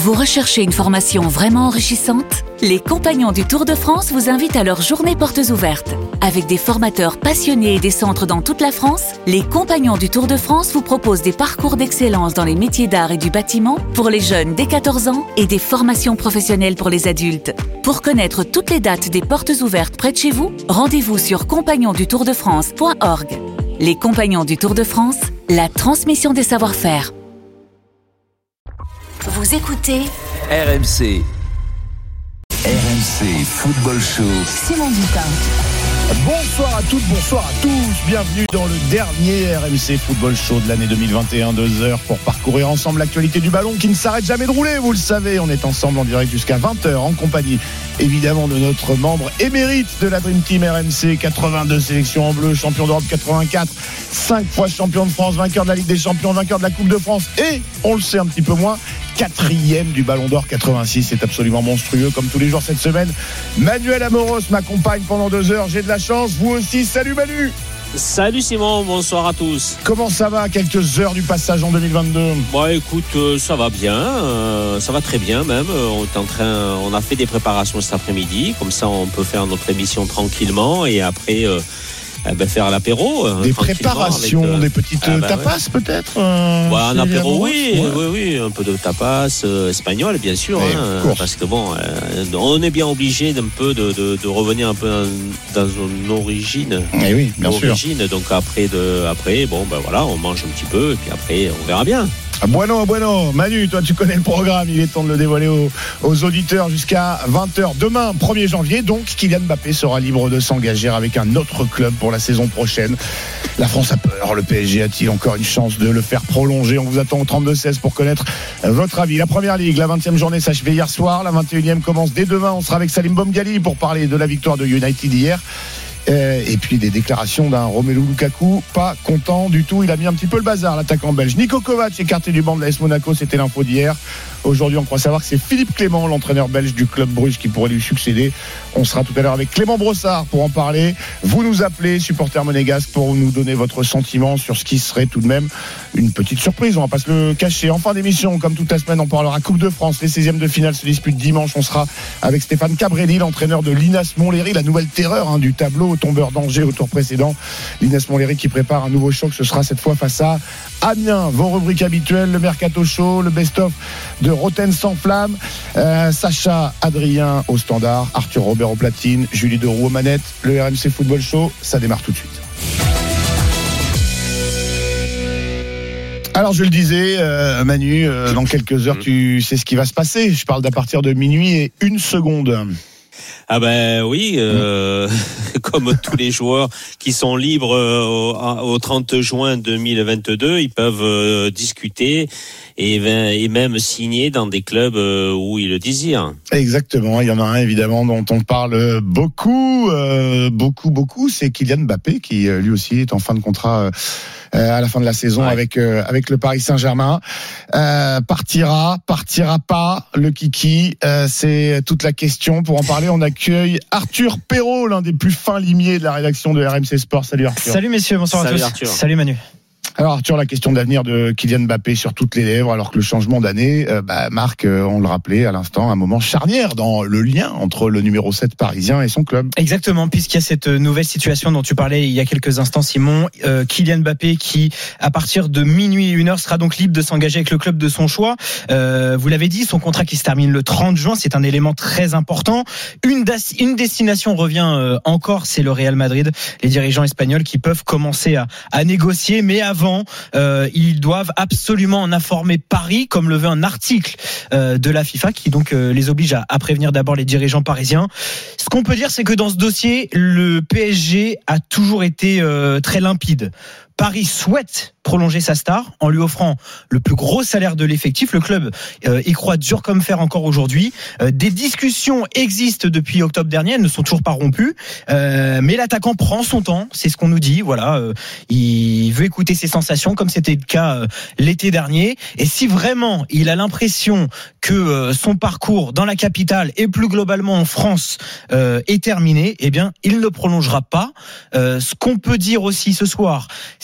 Vous recherchez une formation vraiment enrichissante ? Les Compagnons du Tour de France vous invitent à leur journée portes ouvertes. Avec des formateurs passionnés et des centres dans toute la France, les Compagnons du Tour de France vous proposent des parcours d'excellence dans les métiers d'art et du bâtiment pour les jeunes dès 14 ans et des formations professionnelles pour les adultes. Pour connaître toutes les dates des portes ouvertes près de chez vous, rendez-vous sur compagnonsdutourdefrance.org. Les Compagnons du Tour de France, la transmission des savoir-faire. Vous écoutez RMC. RMC Football Show. Simon Dutin. Bonsoir à toutes, bonsoir à tous. Bienvenue dans le dernier RMC Football Show de l'année 2021. 2 heures pour parcourir ensemble l'actualité du ballon qui ne s'arrête jamais de rouler. Vous le savez, on est ensemble en direct jusqu'à 20h en compagnie évidemment de notre membre émérite de la Dream Team RMC. 82 sélections en bleu, champion d'Europe 84, 5 fois champion de France, vainqueur de la Ligue des Champions, vainqueur de la Coupe de France et, on le sait un petit peu moins, 4e du Ballon d'Or 86. C'est absolument monstrueux comme tous les jours cette semaine. Manuel Amoros m'accompagne pendant 2 heures. J'ai de la chance, vous aussi. Salut Manu. Salut Simon, bonsoir à tous. Comment ça va à quelques heures du passage en 2022 ? Bon, écoute, ça va bien, ça va très bien même. On a fait des préparations cet après-midi, comme ça on peut faire notre émission tranquillement et après faire l'apéro. Des préparations, avec, des petites tapas ouais. Peut-être un apéro, oui, un peu de tapas espagnol bien sûr, parce que bon, on est bien obligé d'un peu de revenir un peu dans une origine. Et oui, bien sûr. Donc après, on mange un petit peu et puis après on verra bien. Bueno. Manu, toi tu connais le programme, il est temps de le dévoiler aux auditeurs jusqu'à 20h. Demain, 1er janvier, donc Kylian Mbappé sera libre de s'engager avec un autre club pour la saison prochaine. La France a peur, le PSG a-t-il encore une chance de le faire prolonger ? On vous attend au 32-16 pour connaître votre avis. La Première Ligue, la 20e journée s'achevait hier soir, la 21e commence dès demain. On sera avec Salim Bomgali pour parler de la victoire de United hier. Et puis des déclarations d'un Romelu Lukaku pas content du tout, il a mis un petit peu le bazar, l'attaquant belge. Niko Kovac écarté du banc de l'AS Monaco, c'était l'info d'hier. Aujourd'hui on croit savoir que c'est Philippe Clément, l'entraîneur belge du club Bruges, qui pourrait lui succéder. On sera tout à l'heure avec Clément Brossard pour en parler. Vous nous appelez, supporters monégasques, pour nous donner votre sentiment sur ce qui serait tout de même une petite surprise, on va pas se le cacher. En fin d'émission, comme toute la semaine, on parlera Coupe de France. Les 16e de finale se disputent dimanche. On sera avec Stéphane Cabrelli, l'entraîneur de l'Inas Montlhéry, la nouvelle terreur du tableau, tombeur d'Angers au tour précédent. L'Inas Montlhéry qui prépare un nouveau choc, ce sera cette fois face à Amiens. Vos rubriques habituelles, le Mercato Show, le best-of de Roten sans flamme, Sacha Adrien au standard, Arthur Robert au platine, Julie Deroux aux manettes. Le RMC Football Show, ça démarre tout de suite. Alors je le disais, Manu, dans quelques heures tu sais ce qui va se passer. Je parle d'à partir de minuit et 1 seconde. Ah ben oui, comme tous les joueurs qui sont libres au 30 juin 2022, ils peuvent discuter et même signer dans des clubs où ils le désirent. Exactement, il y en a un évidemment dont on parle beaucoup, c'est Kylian Mbappé qui lui aussi est en fin de contrat à la fin de la saison avec le Paris Saint-Germain. Partira pas le kiki, c'est toute la question. Pour en parler, on accueille Arthur Perrault, l'un des plus fins limiers de la rédaction de RMC Sport. Salut Arthur. Salut messieurs, bonsoir à tous. Arthur. Salut Manu. Alors Arthur, la question de l'avenir de Kylian Mbappé sur toutes les lèvres, alors que le changement d'année marque, on le rappelait à l'instant, un moment charnière dans le lien entre le numéro 7 parisien et son club. Exactement, puisqu'il y a cette nouvelle situation dont tu parlais il y a quelques instants Simon, Kylian Mbappé qui à partir de minuit 1h sera donc libre de s'engager avec le club de son choix. Vous l'avez dit, son contrat qui se termine le 30 juin, c'est un élément très important. Une destination revient encore, c'est le Real Madrid. Les dirigeants espagnols qui peuvent commencer à négocier, mais avant ils doivent absolument en informer Paris, comme le veut un article de la FIFA qui donc les oblige à prévenir d'abord les dirigeants parisiens. Ce qu'on peut dire, c'est que dans ce dossier, le PSG a toujours été très limpide. Paris souhaite prolonger sa star en lui offrant le plus gros salaire de l'effectif. Le club y croit dur comme fer encore aujourd'hui. Des discussions existent depuis octobre dernier, elles ne sont toujours pas rompues. Mais l'attaquant prend son temps, c'est ce qu'on nous dit. Voilà, il veut écouter ses sensations, comme c'était le cas l'été dernier. Et si vraiment il a l'impression que son parcours dans la capitale et plus globalement en France est terminé, eh bien, il ne prolongera pas. Ce qu'on peut dire aussi ce soir,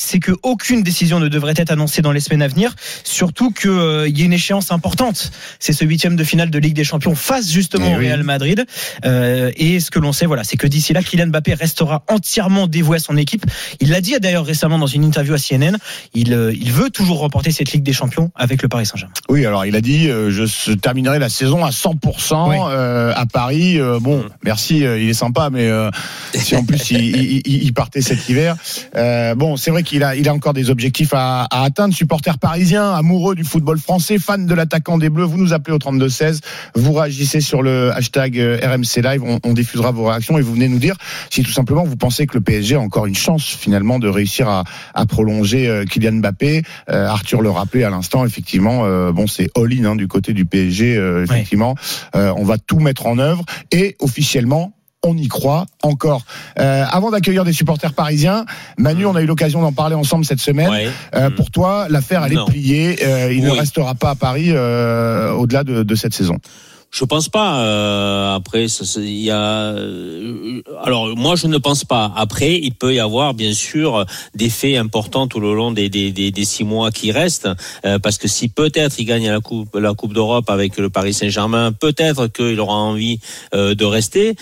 c'est que aucune décision ne devrait être annoncée dans les semaines à venir, surtout qu'il y a une échéance importante. C'est ce 8e de finale de Ligue des Champions face justement au Real Madrid. Et ce que l'on sait, c'est que d'ici là, Kylian Mbappé restera entièrement dévoué à son équipe. Il l'a dit d'ailleurs récemment dans une interview à CNN. Il veut toujours remporter cette Ligue des Champions avec le Paris Saint-Germain. Oui, alors il a dit je terminerai la saison à 100% à Paris. Merci, il est sympa, mais si en plus il partait cet hiver. C'est vrai qu'il a encore des objectifs à atteindre. Supporter parisien, amoureux du football français, fan de l'attaquant des Bleus, vous nous appelez au 32-16, vous réagissez sur le hashtag RMC Live, on diffusera vos réactions et vous venez nous dire si tout simplement vous pensez que le PSG a encore une chance finalement de réussir à prolonger Kylian Mbappé. Arthur le rappelait à l'instant, effectivement, c'est all-in du côté du PSG, effectivement. On va tout mettre en œuvre et officiellement on y croit encore. Avant d'accueillir des supporters parisiens, Manu, on a eu l'occasion d'en parler ensemble cette semaine. Pour toi, l'affaire, elle est pliée. Il ne restera pas à Paris au-delà de cette saison. Je pense pas. Après, il y a. Alors, moi, je ne pense pas. Après, il peut y avoir, bien sûr, des faits importants tout le long des 6 mois qui restent, parce que si peut-être il gagne la Coupe d'Europe avec le Paris Saint-Germain, peut-être qu'il aura envie de rester.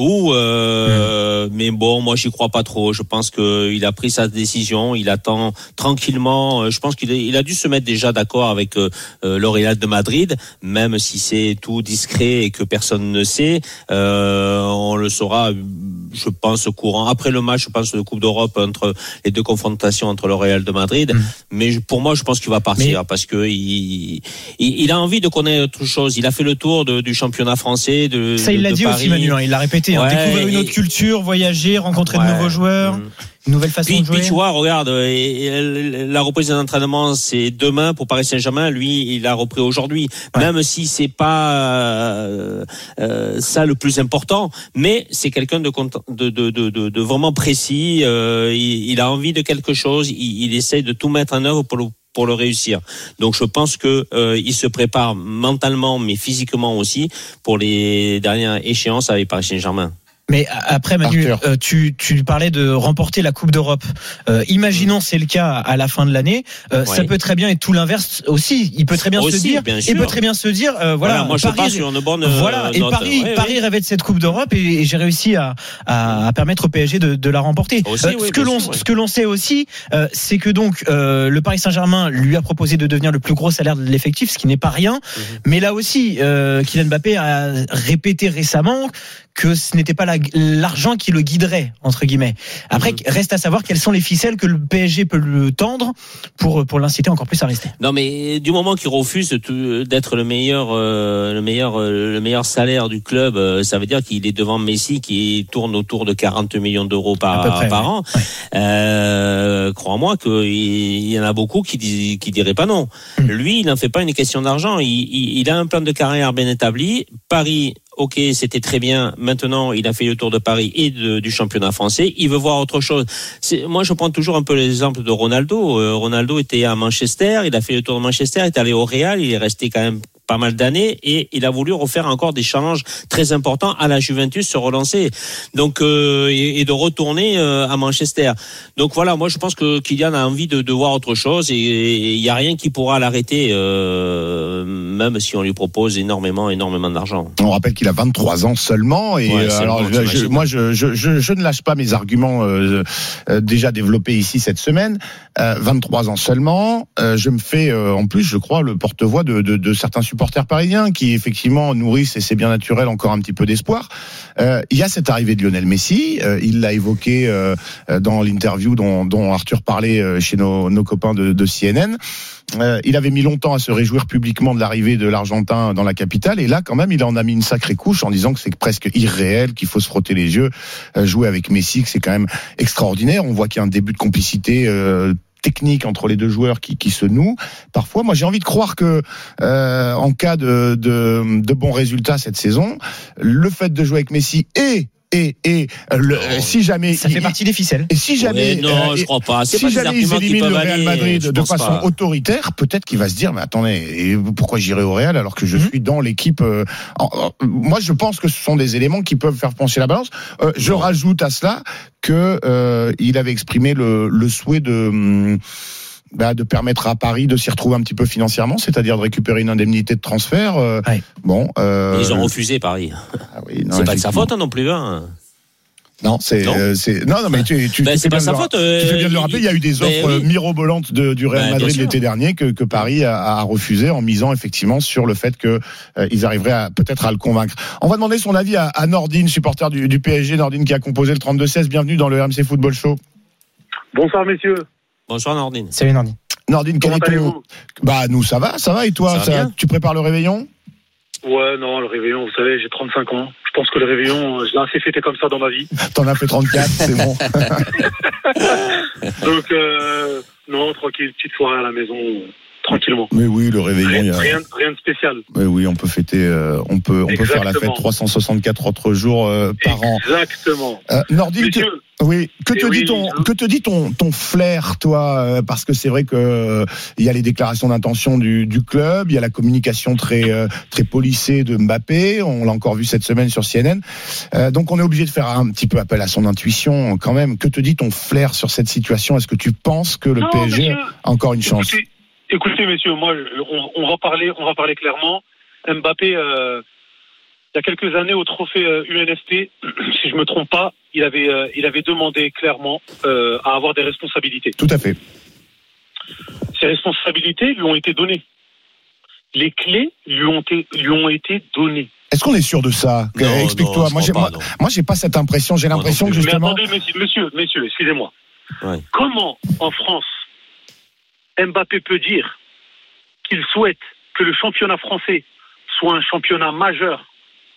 Mais bon, moi, j'y crois pas trop. Je pense qu'il a pris sa décision. Il attend tranquillement. Je pense qu'il a dû se mettre déjà d'accord avec le Real de Madrid, même si c'est tout discret et que personne ne sait. On le saura, je pense, courant après le match, je pense, de Coupe d'Europe, entre les deux confrontations entre le Real de Madrid. Mais pour moi, je pense qu'il va partir parce que il a envie de connaître autre chose. Il a fait le tour du championnat français de ça, il l'a dit Paris. Aussi, Manu, il l'a répété. Découvrir une autre culture, voyager, rencontrer de nouveaux joueurs. Une nouvelle façon de jouer. Puis tu vois, regarde, la reprise d'un entraînement, c'est demain pour Paris Saint-Germain. Lui, il a repris aujourd'hui. Même si c'est pas ça le plus important, mais c'est quelqu'un de vraiment précis. Il a envie de quelque chose. Il essaie de tout mettre en œuvre pour le réussir. Donc je pense que il se prépare mentalement, mais physiquement aussi pour les dernières échéances avec Paris Saint-Germain. Mais après, Manu, tu parlais de remporter la Coupe d'Europe. Imaginons c'est le cas à la fin de l'année. Ça peut très bien être tout l'inverse aussi. Il peut très bien se dire. Il peut très bien se dire. Voilà. Moi, je pars sur une bonne. Et note. Paris rêvait de cette Coupe d'Europe et j'ai réussi à permettre au PSG de la remporter. Ce que l'on sait aussi, c'est que donc le Paris Saint-Germain lui a proposé de devenir le plus gros salaire de l'effectif, ce qui n'est pas rien. Mais là aussi, Kylian Mbappé a répété récemment que ce n'était pas l'argent qui le guiderait, entre guillemets. Après, reste à savoir quelles sont les ficelles que le PSG peut le tendre pour l'inciter encore plus à rester. Non, mais du moment qu'il refuse d'être le meilleur salaire du club, ça veut dire qu'il est devant Messi qui tourne autour de 40 millions d'euros par an. Crois-moi qu'il y en a beaucoup qui diraient pas non. Lui, il n'en fait pas une question d'argent. Il a un plan de carrière bien établi. Paris, ok, c'était très bien. Maintenant, il a fait le tour de Paris et du championnat français. Il veut voir autre chose. Moi, je prends toujours un peu l'exemple de Ronaldo. Ronaldo était à Manchester. Il a fait le tour de Manchester. Il est allé au Real. Il est resté quand même pas mal d'années et il a voulu refaire encore des challenges très importants à la Juventus, se relancer donc et de retourner à Manchester. Donc voilà, moi je pense que Kylian a envie de voir autre chose et il y a rien qui pourra l'arrêter, même si on lui propose énormément d'argent. On rappelle qu'il a 23 ans seulement et alors moi je ne lâche pas mes arguments déjà développés ici cette semaine. 23 ans seulement, je me fais en plus, je crois, le porte-voix de certains supporters parisiens qui effectivement nourrissent, et c'est bien naturel, encore un petit peu d'espoir. Il y a cette arrivée de Lionel Messi, il l'a évoqué dans l'interview dont Arthur parlait chez nos copains de CNN. Il avait mis longtemps à se réjouir publiquement de l'arrivée de l'Argentin dans la capitale, et là quand même il en a mis une sacrée couche en disant que c'est presque irréel, qu'il faut se frotter les yeux, jouer avec Messi, que c'est quand même extraordinaire. On voit qu'il y a un début de complicité technique entre les deux joueurs qui se noue. Parfois, moi j'ai envie de croire que en cas de bons résultats cette saison, le fait de jouer avec Messi et si jamais ça fait partie des ficelles. et si jamais non, je crois pas. C'est si pas des jamais ils arguments qui éliminent peuvent le Real aller, Madrid je de pense façon pas. autoritaire, peut-être qu'il va se dire mais attendez, et pourquoi j'irai au Real alors que je suis dans l'équipe moi je pense que ce sont des éléments qui peuvent faire pencher la balance. Je rajoute à cela que il avait exprimé le souhait de permettre à Paris de s'y retrouver un petit peu financièrement, c'est-à-dire de récupérer une indemnité de transfert. Ouais. Bon, Ils ont refusé Paris. oui, non, C'est pas de sa effectivement. faute non plus. Hein. Non, non, mais tu Ben, c'est fais pas bien sa de le- faute. Tu fais bien de le rappeler. Il y a eu des offres mirobolantes du Real Ben, Madrid bien sûr. l'été dernier que Paris a refusé en misant effectivement sur le fait que ils arriveraient peut-être à le convaincre. On va demander son avis à Nordine, supporter du PSG. Nordine qui a composé le 32-16. Bienvenue dans le RMC Football Show. Bonsoir messieurs. Bonsoir Nordine. Salut Nordine. Nordine, quel Comment est ton... allez-vous? Nous ça va et toi Ça va bien. tu prépares le réveillon? Ouais, non, le réveillon, vous savez, j'ai 35 ans. Je pense que le réveillon, je l'ai assez fêté comme ça dans ma vie. T'en as fait 34, c'est bon. Donc, non, tranquille, petite soirée à la maison, tranquillement. Mais oui, le réveillon, il y a... Rien de spécial. Mais oui, on peut fêter, on peut faire la fête Exactement. 364 autres jours par an. Exactement. Nordine, Messieurs, oui, que te oui, dit ton flair, toi, parce que c'est vrai que il y a les déclarations d'intention du club, il y a la communication très policée de Mbappé, on l'a encore vu cette semaine sur CNN. Donc on est obligé de faire un petit peu appel à son intuition quand même. Que te dit ton flair sur cette situation? Est-ce que tu penses que le non, PSG messieurs, a encore une chance? Écoutez, messieurs, moi, on va parler clairement. Mbappé, il y a quelques années au trophée UNFP, si je me trompe pas, il avait demandé clairement à avoir des responsabilités. Tout à fait. Ces responsabilités lui ont été données. Les clés lui ont été données. Est-ce qu'on est sûr de ça? Non, Explique-toi. non, je crois pas, non. Moi, j'ai pas cette impression. J'ai Moi l'impression non que plus. justement. Mais attendez, messieurs, excusez-moi. Ouais. Comment, en France, Mbappé peut dire qu'il souhaite que le championnat français soit un championnat majeur,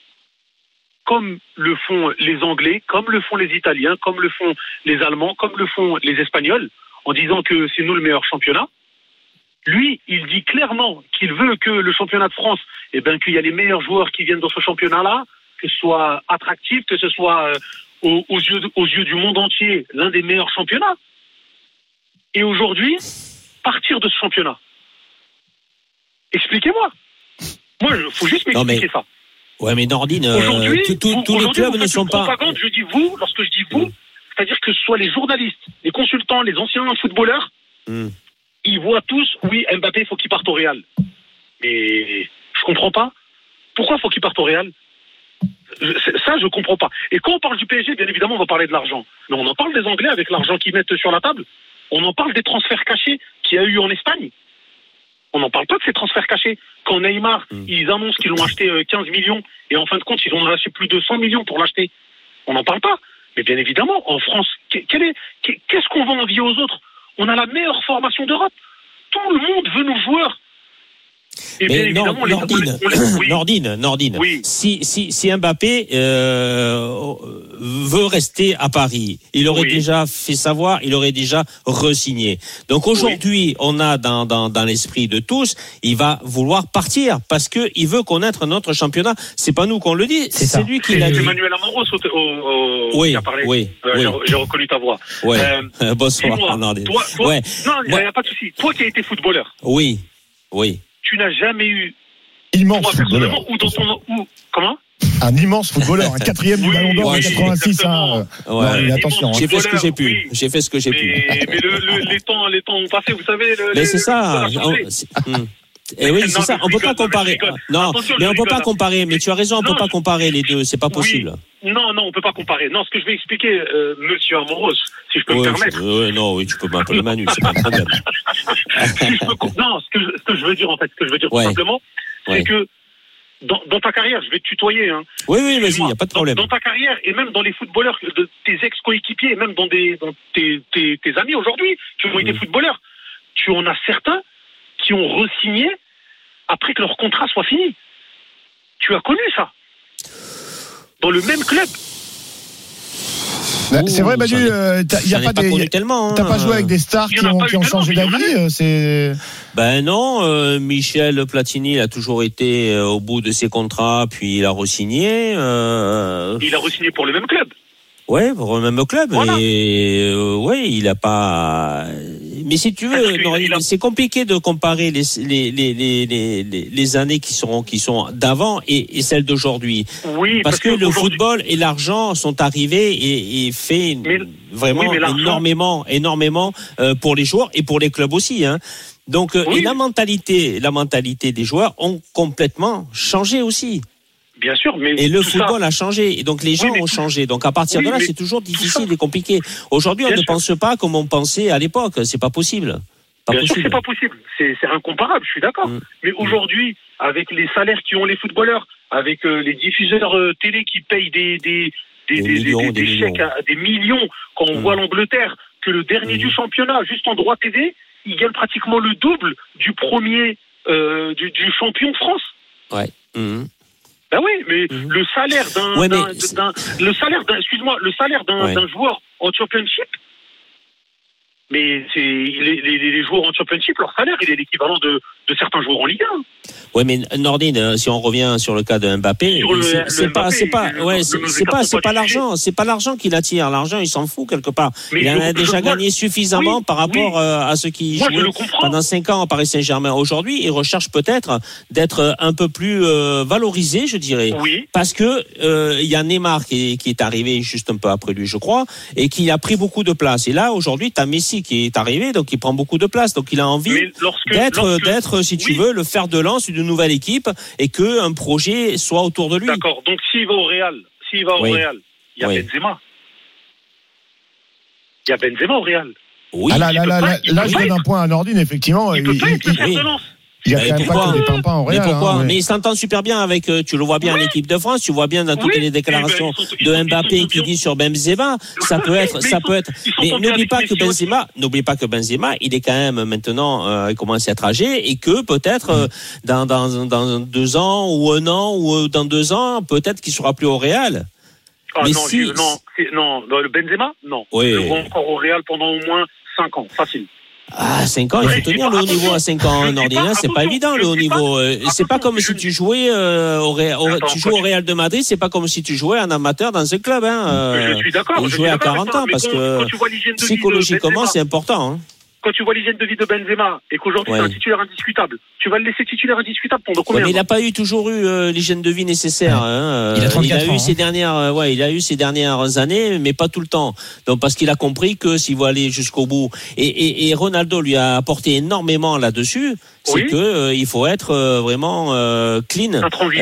comme le font les Anglais, comme le font les Italiens, comme le font les Allemands, comme le font les Espagnols, en disant que c'est nous le meilleur championnat? Lui, il dit clairement qu'il veut que le championnat de France, qu'il y a les meilleurs joueurs qui viennent dans ce championnat-là, que ce soit attractif, que ce soit aux yeux du monde entier l'un des meilleurs championnats. Et aujourd'hui, partir de ce championnat. Expliquez-moi. Moi, il faut juste m'expliquer ça. Ouais, mais Nordine, Aujourd'hui, tous les clubs vous ne faites sont une pas. propagande, je dis vous, lorsque je dis vous, c'est-à-dire que ce soit les journalistes, les consultants, les anciens footballeurs, ils voient tous, oui, Mbappé, il faut qu'il parte au Real. Mais je comprends pas. Pourquoi faut qu'il parte au Real? Ça, je comprends pas. Et quand on parle du PSG, bien évidemment, on va parler de l'argent. Mais on en parle des Anglais avec l'argent qu'ils mettent sur la table. On en parle des transferts cachés qu'il y a eu en Espagne. On n'en parle pas de ces transferts cachés. Quand Neymar, ils annoncent qu'ils l'ont acheté 15 millions et en fin de compte, ils ont lâché plus de 100 millions pour l'acheter. On n'en parle pas. Mais bien évidemment, en France, qu'est-ce qu'on vend envier aux autres? On a la meilleure formation d'Europe. Tout le monde veut nos joueurs. Et bien Mais évidemment, Nordine, Oui. si Mbappé veut rester à Paris, il aurait déjà fait savoir, il aurait déjà re-signé. Donc aujourd'hui, on a dans l'esprit de tous, il va vouloir partir parce que il veut connaître notre championnat. C'est pas nous qu'on le dit, c'est lui qui l'a dit. C'est Emmanuel Amoros qui a parlé. Oui. J'ai reconnu ta voix. Ouais. Bonsoir, Nordine. Toi, ouais. Non, il n'y a pas de souci. Toi qui as été footballeur. Oui. Tu n'as jamais eu immense footballeur. Comment? Un immense footballeur, un quatrième du Ballon d'Or en 86. Attention. J'ai fait ce que j'ai pu. Oui. J'ai fait ce que j'ai pu. Mais les temps ont passé, vous savez. Mais c'est ça. Et oui, c'est ça. On peut pas comparer. Non, mais on peut pas comparer. Mais tu as raison, on peut pas comparer les deux. C'est pas possible. Non, on peut pas comparer. Non, ce que je vais expliquer, Monsieur Amoros, si je peux me permettre. Oui, tu peux m'appeler Manu, c'est pas un problème. Non, ce que je veux dire en fait, tout simplement, c'est que dans ta carrière, je vais te tutoyer. Hein. Oui, vas-y, y a pas de problème. Dans ta carrière et même dans les footballeurs, de tes ex-coéquipiers, et même dans tes amis aujourd'hui qui ont été footballeurs, tu en as certains qui ont re-signé après que leur contrat soit fini. Tu as connu ça dans le même club. C'est vrai, Manu, il y a pas connu tellement. T'as pas joué avec des stars qui ont changé d'avis, c'est. Ben non, Michel Platini il a toujours été au bout de ses contrats, puis il a re-signé. Il a re-signé pour le même club. Ouais, pour le même club. Voilà. Et ouais, il a pas. Mais si tu veux, c'est compliqué de comparer les années qui sont d'avant et celles d'aujourd'hui. Oui, parce que le football et l'argent sont arrivés et fait vraiment énormément pour les joueurs et pour les clubs aussi. Hein. Donc et la mentalité des joueurs ont complètement changé aussi. Bien sûr, mais et le football a changé, et donc les gens ont changé. Donc à partir de là, c'est toujours difficile et compliqué. Aujourd'hui, on ne pense pas comme on pensait à l'époque. C'est pas possible. Bien sûr, c'est pas possible. C'est incomparable. Je suis d'accord. Mais aujourd'hui, avec les salaires qui ont les footballeurs, avec les diffuseurs télé qui payent des chèques à des millions, quand on voit l'Angleterre que le dernier du championnat, juste en droit TV, il gagne pratiquement le double du premier du champion de France. Ouais. Ben oui, mais le salaire d'un joueur en championship, mais c'est les joueurs en championship, leur salaire, il est l'équivalent de certains joueurs en Ligue 1. Ouais, mais Nordine, si on revient sur le cas de Mbappé, c'est pas l'argent, c'est pas l'argent qui l'attire. L'argent, il s'en fout quelque part. Mais il en a déjà gagné suffisamment par rapport à ceux qui jouaient pendant 5 ans au Paris Saint-Germain. Aujourd'hui, il recherche peut-être d'être un peu plus valorisé, je dirais. Oui. Parce que il y a Neymar qui est arrivé juste un peu après lui, je crois, et qui a pris beaucoup de place. Et là, aujourd'hui, t'as Messi qui est arrivé, donc il prend beaucoup de place, donc il a envie d'être, si tu veux, le fer de lance d'une nouvelle équipe et que un projet soit autour de lui. D'accord. Donc s'il va au Real, il y a Benzema. Il y a Benzema au Real. Oui. Là, je donne un point à Nordine, effectivement. Il peut pas être le fer de lance. Il y a quand même pas que des pimpins au Real. Mais pourquoi hein, Mais il s'entend super bien avec, tu le vois bien en équipe de France, tu vois bien dans toutes les déclarations de Mbappé qui dit sur Benzema, ça peut être. Mais n'oublie pas que Benzema, il est quand même maintenant, il commence à être âgé et que peut-être dans 2 ans ou 1 an ou dans 2 ans, peut-être qu'il sera plus au Real. Ah mais non, le Benzema, non. Oui. Il sera encore au Real pendant au moins 5 ans, facile. 5 ans, il faut tenir le haut niveau à 5 ans, Nordina, c'est pas évident le haut niveau. C'est pas comme si tu jouais tu joues au Real de Madrid, c'est pas comme si tu jouais en amateur dans ce club. Je suis d'accord. Il jouait à 40 ans parce que psychologiquement c'est important. Hein. Quand tu vois l'hygiène de vie de Benzema et qu'aujourd'hui c'est un titulaire indiscutable, tu vas le laisser titulaire indiscutable pendant combien de temps ? Mais il n'a pas toujours eu l'hygiène de vie nécessaire. Il a 34 ans. Il a eu ces dernières années, mais pas tout le temps. Donc parce qu'il a compris que s'il veut aller jusqu'au bout, et Ronaldo lui a apporté énormément là-dessus, c'est que il faut être vraiment clean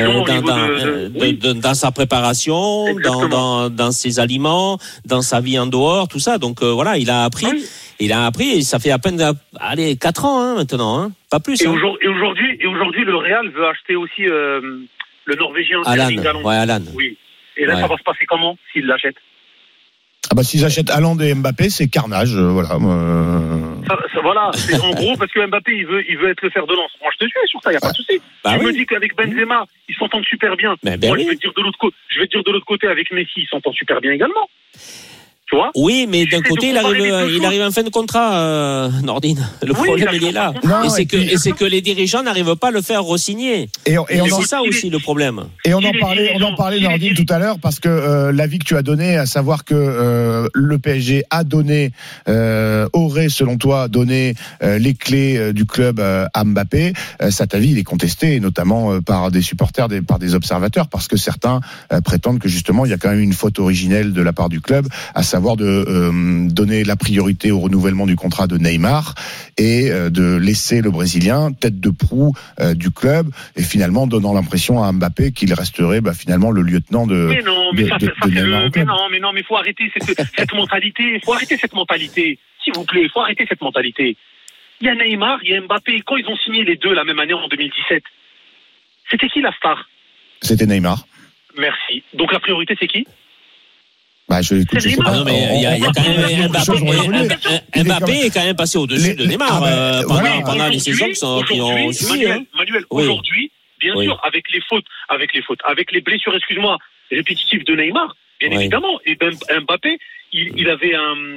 dans sa préparation, dans ses aliments, dans sa vie en dehors, tout ça. Donc voilà, il a appris. Oui. Il a appris et ça fait à peine 4 ans maintenant, pas plus. Et aujourd'hui, le Real veut acheter aussi le Norvégien Erling Haaland. Ouais, Haaland. Oui. Et là, ça va se passer comment s'il l'achète ? S'ils achètent Haaland et Mbappé, c'est carnage, voilà. Voilà, c'est en gros parce que Mbappé il veut être le fer de lance. Moi je te suis sur ça, il y a pas de souci. Me dis qu'avec Benzema, ils s'entendent super bien. Moi je vais te dire de l'autre côté avec Messi, ils s'entendent super bien également. Tu vois ? Oui, mais d'un côté, il arrive en fin de contrat, Nordine. Le problème, il est là. C'est que les dirigeants n'arrivent pas à le faire re-signer. Et c'est ça aussi le problème. Et on en parlait, Nordine, tout à l'heure, parce que l'avis que tu as donné, à savoir que le PSG aurait, selon toi, donné les clés du club à Mbappé, cet avis, il est contesté, notamment par des supporters, par des observateurs, parce que certains prétendent que justement, il y a quand même une faute originelle de la part du club, à savoir de donner la priorité au renouvellement du contrat de Neymar et de laisser le Brésilien tête de proue du club et finalement donnant l'impression à Mbappé qu'il resterait finalement le lieutenant de Neymar. Mais faut arrêter cette mentalité. Faut arrêter cette mentalité. S'il vous plaît, faut arrêter cette mentalité. Il y a Neymar, il y a Mbappé. Quand ils ont signé les deux la même année en 2017, c'était qui la star ? C'était Neymar. Merci. Donc la priorité c'est qui ? Il y a quand même Mbappé est quand même passé au-dessus de Neymar pendant les saisons qui ont suivi. Manuel, aujourd'hui, bien sûr, avec les blessures, répétitives de Neymar, bien évidemment. Et ben Mbappé, il avait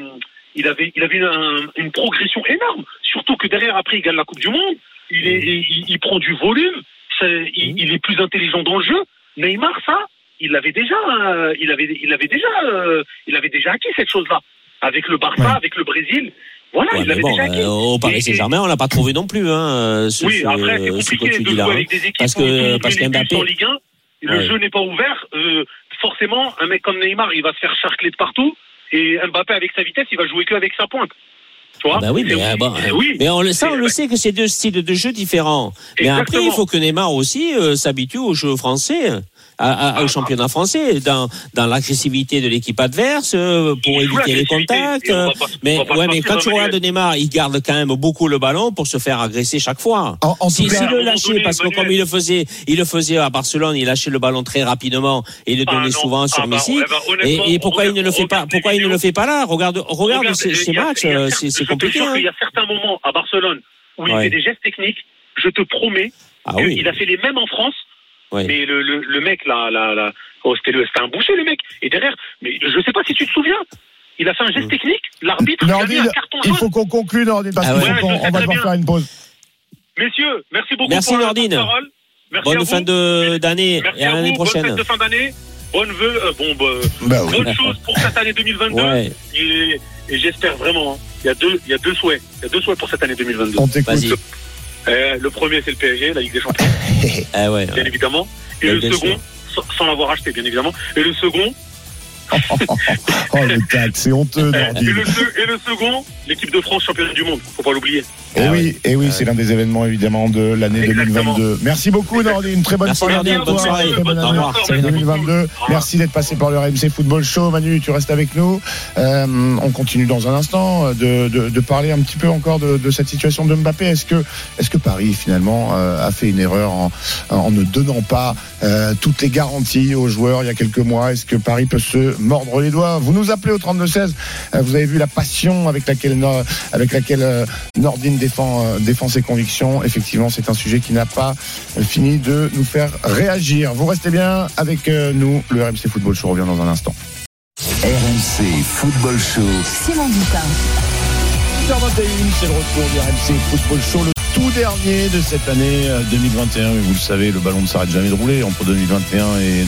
une progression énorme. Surtout que derrière, après, il gagne la Coupe du Monde. Il prend du volume. Il est plus intelligent dans le jeu. Neymar, ça, il avait déjà acquis cette chose-là. Avec le Barça, avec le Brésil. Voilà, il avait déjà acquis. Au Paris Saint-Germain, on l'a pas trouvé non plus. Après, c'est compliqué de jouer avec des équipes parce qu'Mbappé en Ligue 1. Le jeu n'est pas ouvert. Forcément, un mec comme Neymar, il va se faire charcler de partout. Et Mbappé, avec sa vitesse, il va jouer que avec sa pointe. Tu vois mais on le sait que c'est deux styles de jeu différents. Mais après, il faut que Neymar aussi s'habitue au jeu français. Au championnat français, dans l'agressivité de l'équipe adverse, pour éviter les contacts. Mais quand tu regardes Neymar, il garde quand même beaucoup le ballon pour se faire agresser chaque fois. S'il le lâchait, parce que comme il le faisait à Barcelone, il lâchait le ballon très rapidement et il le donnait souvent sur Messi. Et pourquoi il ne le fait pas? Pourquoi il ne le fait pas là? Regarde ces matchs, c'est compliqué. Il y a certains moments à Barcelone où il fait des gestes techniques. Je te promets qu'il a fait les mêmes en France. Ouais. Mais le mec là, c'était un boucher le mec. Et derrière, mais je sais pas si tu te souviens, il a fait un geste technique. L'arbitre a mis un carton jaune. Il faut qu'on conclue, Nordine, parce qu'on va devoir faire une pause. Messieurs, merci beaucoup. Merci Nordine. Bonne fin d'année et à l'année prochaine. Bonne fête de fin d'année. Bonne bonne chose pour cette année 2022. Ouais. Et j'espère vraiment. Il y a deux souhaits. Il y a deux souhaits pour cette année 2022. On t'écoute. Vas-y. Le premier, c'est le PSG, la Ligue des Champions. Bien évidemment. Et le second, sans l'avoir acheté, bien évidemment. Et le second. Le tac, c'est honteux, Nordine. Et le second, l'équipe de France championne du monde. Faut pas l'oublier. Et oui, c'est l'un des événements évidemment de l'année 2022. Merci beaucoup, Nordine. Très bonne soirée. Bonne soirée. Très bonne année 2022. Merci d'être passé par le RMC Football Show. Manu, tu restes avec nous. On continue dans un instant de parler un petit peu encore de cette situation de Mbappé. Est-ce que Paris finalement a fait une erreur en ne donnant pas toutes les garanties aux joueurs il y a quelques mois? Est-ce que Paris peut se mordre les doigts? Vous nous appelez au 32-16. Vous avez vu la passion avec laquelle Nordine défend ses convictions. Effectivement, c'est un sujet qui n'a pas fini de nous faire réagir. Vous restez bien avec nous. Le RMC Football Show revient dans un instant. RMC Football Show. Simon Dutin. 8h21, c'est le retour du RMC Football Show, le tout dernier de cette année 2021. Vous le savez, le ballon ne s'arrête jamais de rouler entre 2021 et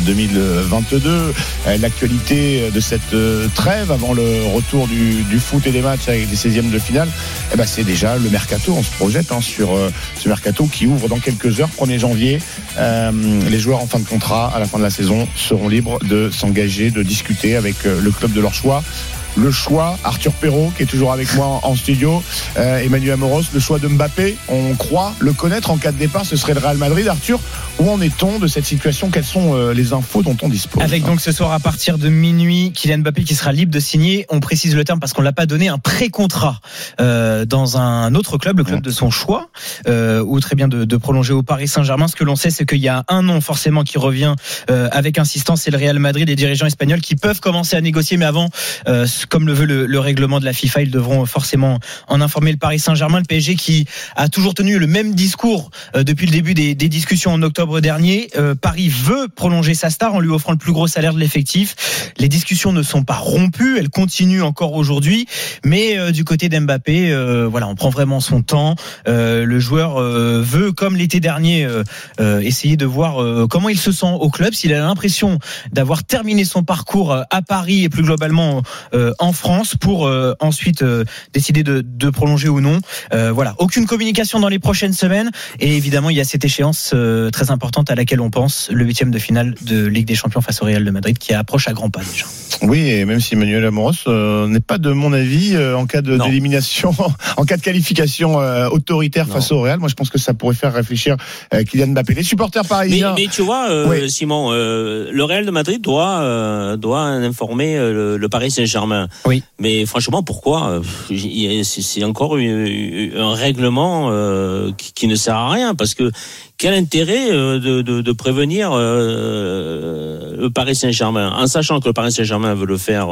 2022. L'actualité de cette trêve avant le retour du foot et des matchs avec les 16e de finale, c'est déjà le mercato. On se projette sur ce mercato qui ouvre dans quelques heures, 1er janvier. Les joueurs en fin de contrat à la fin de la saison seront libres de s'engager, de discuter avec le club de leur choix. Le choix, Arthur Perrault qui est toujours avec moi en studio, Emmanuel Amoros, le choix de Mbappé, on croit le connaître en cas de départ, ce serait le Real Madrid. Arthur, où en est-on de cette situation? Quelles sont les infos dont on dispose? Avec donc ce soir à partir de minuit, Kylian Mbappé qui sera libre de signer, on précise le terme parce qu'on l'a pas donné, un pré-contrat dans un autre club, le club de son choix, ou très bien de prolonger au Paris Saint-Germain. Ce que l'on sait, c'est qu'il y a un nom forcément qui revient avec insistance, c'est le Real Madrid. Les dirigeants espagnols qui peuvent commencer à négocier, mais avant comme le veut le règlement de la FIFA, ils devront forcément en informer le Paris Saint-Germain. Le PSG qui a toujours tenu le même discours depuis le début des discussions en octobre dernier. Paris veut prolonger sa star en lui offrant le plus gros salaire de l'effectif. Les discussions ne sont pas rompues, elles continuent encore aujourd'hui, mais du côté d'Mbappé, on prend vraiment son temps. Le joueur veut, comme l'été dernier, essayer de voir comment il se sent au club, s'il a l'impression d'avoir terminé son parcours à Paris et plus globalement en France pour ensuite décider de prolonger ou non. Aucune communication dans les prochaines semaines et évidemment il y a cette échéance très importante à laquelle on pense, le 8e de finale de Ligue des Champions face au Real de Madrid qui approche à grands pas déjà. Oui, et même si Emmanuel Amoros n'est pas de mon avis en cas d'élimination, en cas de qualification autoritaire face au Real, moi je pense que ça pourrait faire réfléchir Kylian Mbappé. Les supporters parisiens. Mais tu vois, Simon, le Real de Madrid doit informer le Paris Saint-Germain. Oui. Mais franchement, pourquoi? C'est encore un règlement qui ne sert à rien, parce que quel intérêt de prévenir le Paris Saint-Germain en sachant que le Paris Saint-Germain veut le faire.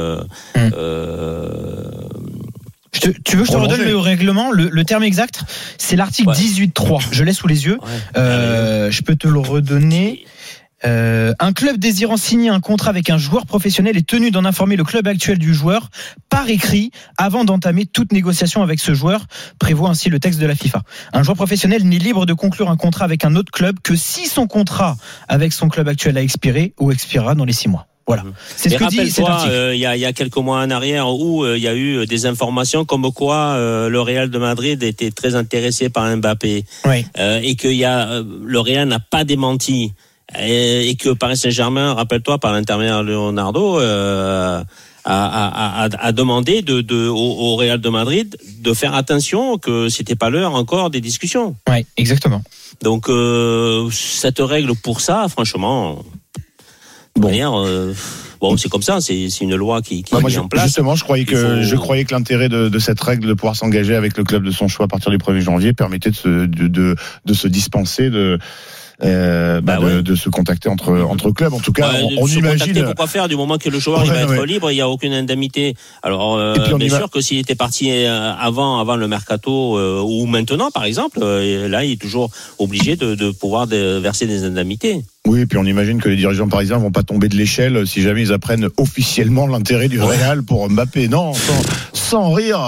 Tu veux que je te redonne le règlement, le terme exact? C'est l'article 18.3. Je l'ai sous les yeux. Je peux te le redonner. Un club désirant signer un contrat avec un joueur professionnel est tenu d'en informer le club actuel du joueur par écrit avant d'entamer toute négociation avec ce joueur, prévoit ainsi le texte de la FIFA. Un joueur professionnel n'est libre de conclure un contrat avec un autre club que si son contrat avec son club actuel a expiré ou expirera dans les 6 mois. Voilà. C'est ce que dit cet article. Il y a quelques mois en arrière où il y a eu des informations comme quoi le Real de Madrid était très intéressé par Mbappé, Oui. Et que le Real n'a pas démenti. Et que Paris Saint-Germain, rappelle-toi, par l'intermédiaire de Leonardo, a demandé au Real de Madrid de faire attention que c'était pas l'heure encore des discussions. Oui, exactement. Donc cette règle pour ça, franchement, c'est comme ça, c'est une loi qui est mise en place. Justement, je croyais que l'intérêt de cette règle de pouvoir s'engager avec le club de son choix à partir du 1er janvier permettait de se dispenser de se contacter entre clubs. En tout cas, on imagine. Pourquoi faire du moment que le joueur il va être libre, il n'y a aucune indemnité. Alors, bien sûr que s'il était parti avant le mercato ou maintenant, par exemple, là, il est toujours obligé de pouvoir verser des indemnités. Oui, et puis on imagine que les dirigeants parisiens vont pas tomber de l'échelle si jamais ils apprennent officiellement l'intérêt du Real pour Mbappé. Non, sans rire.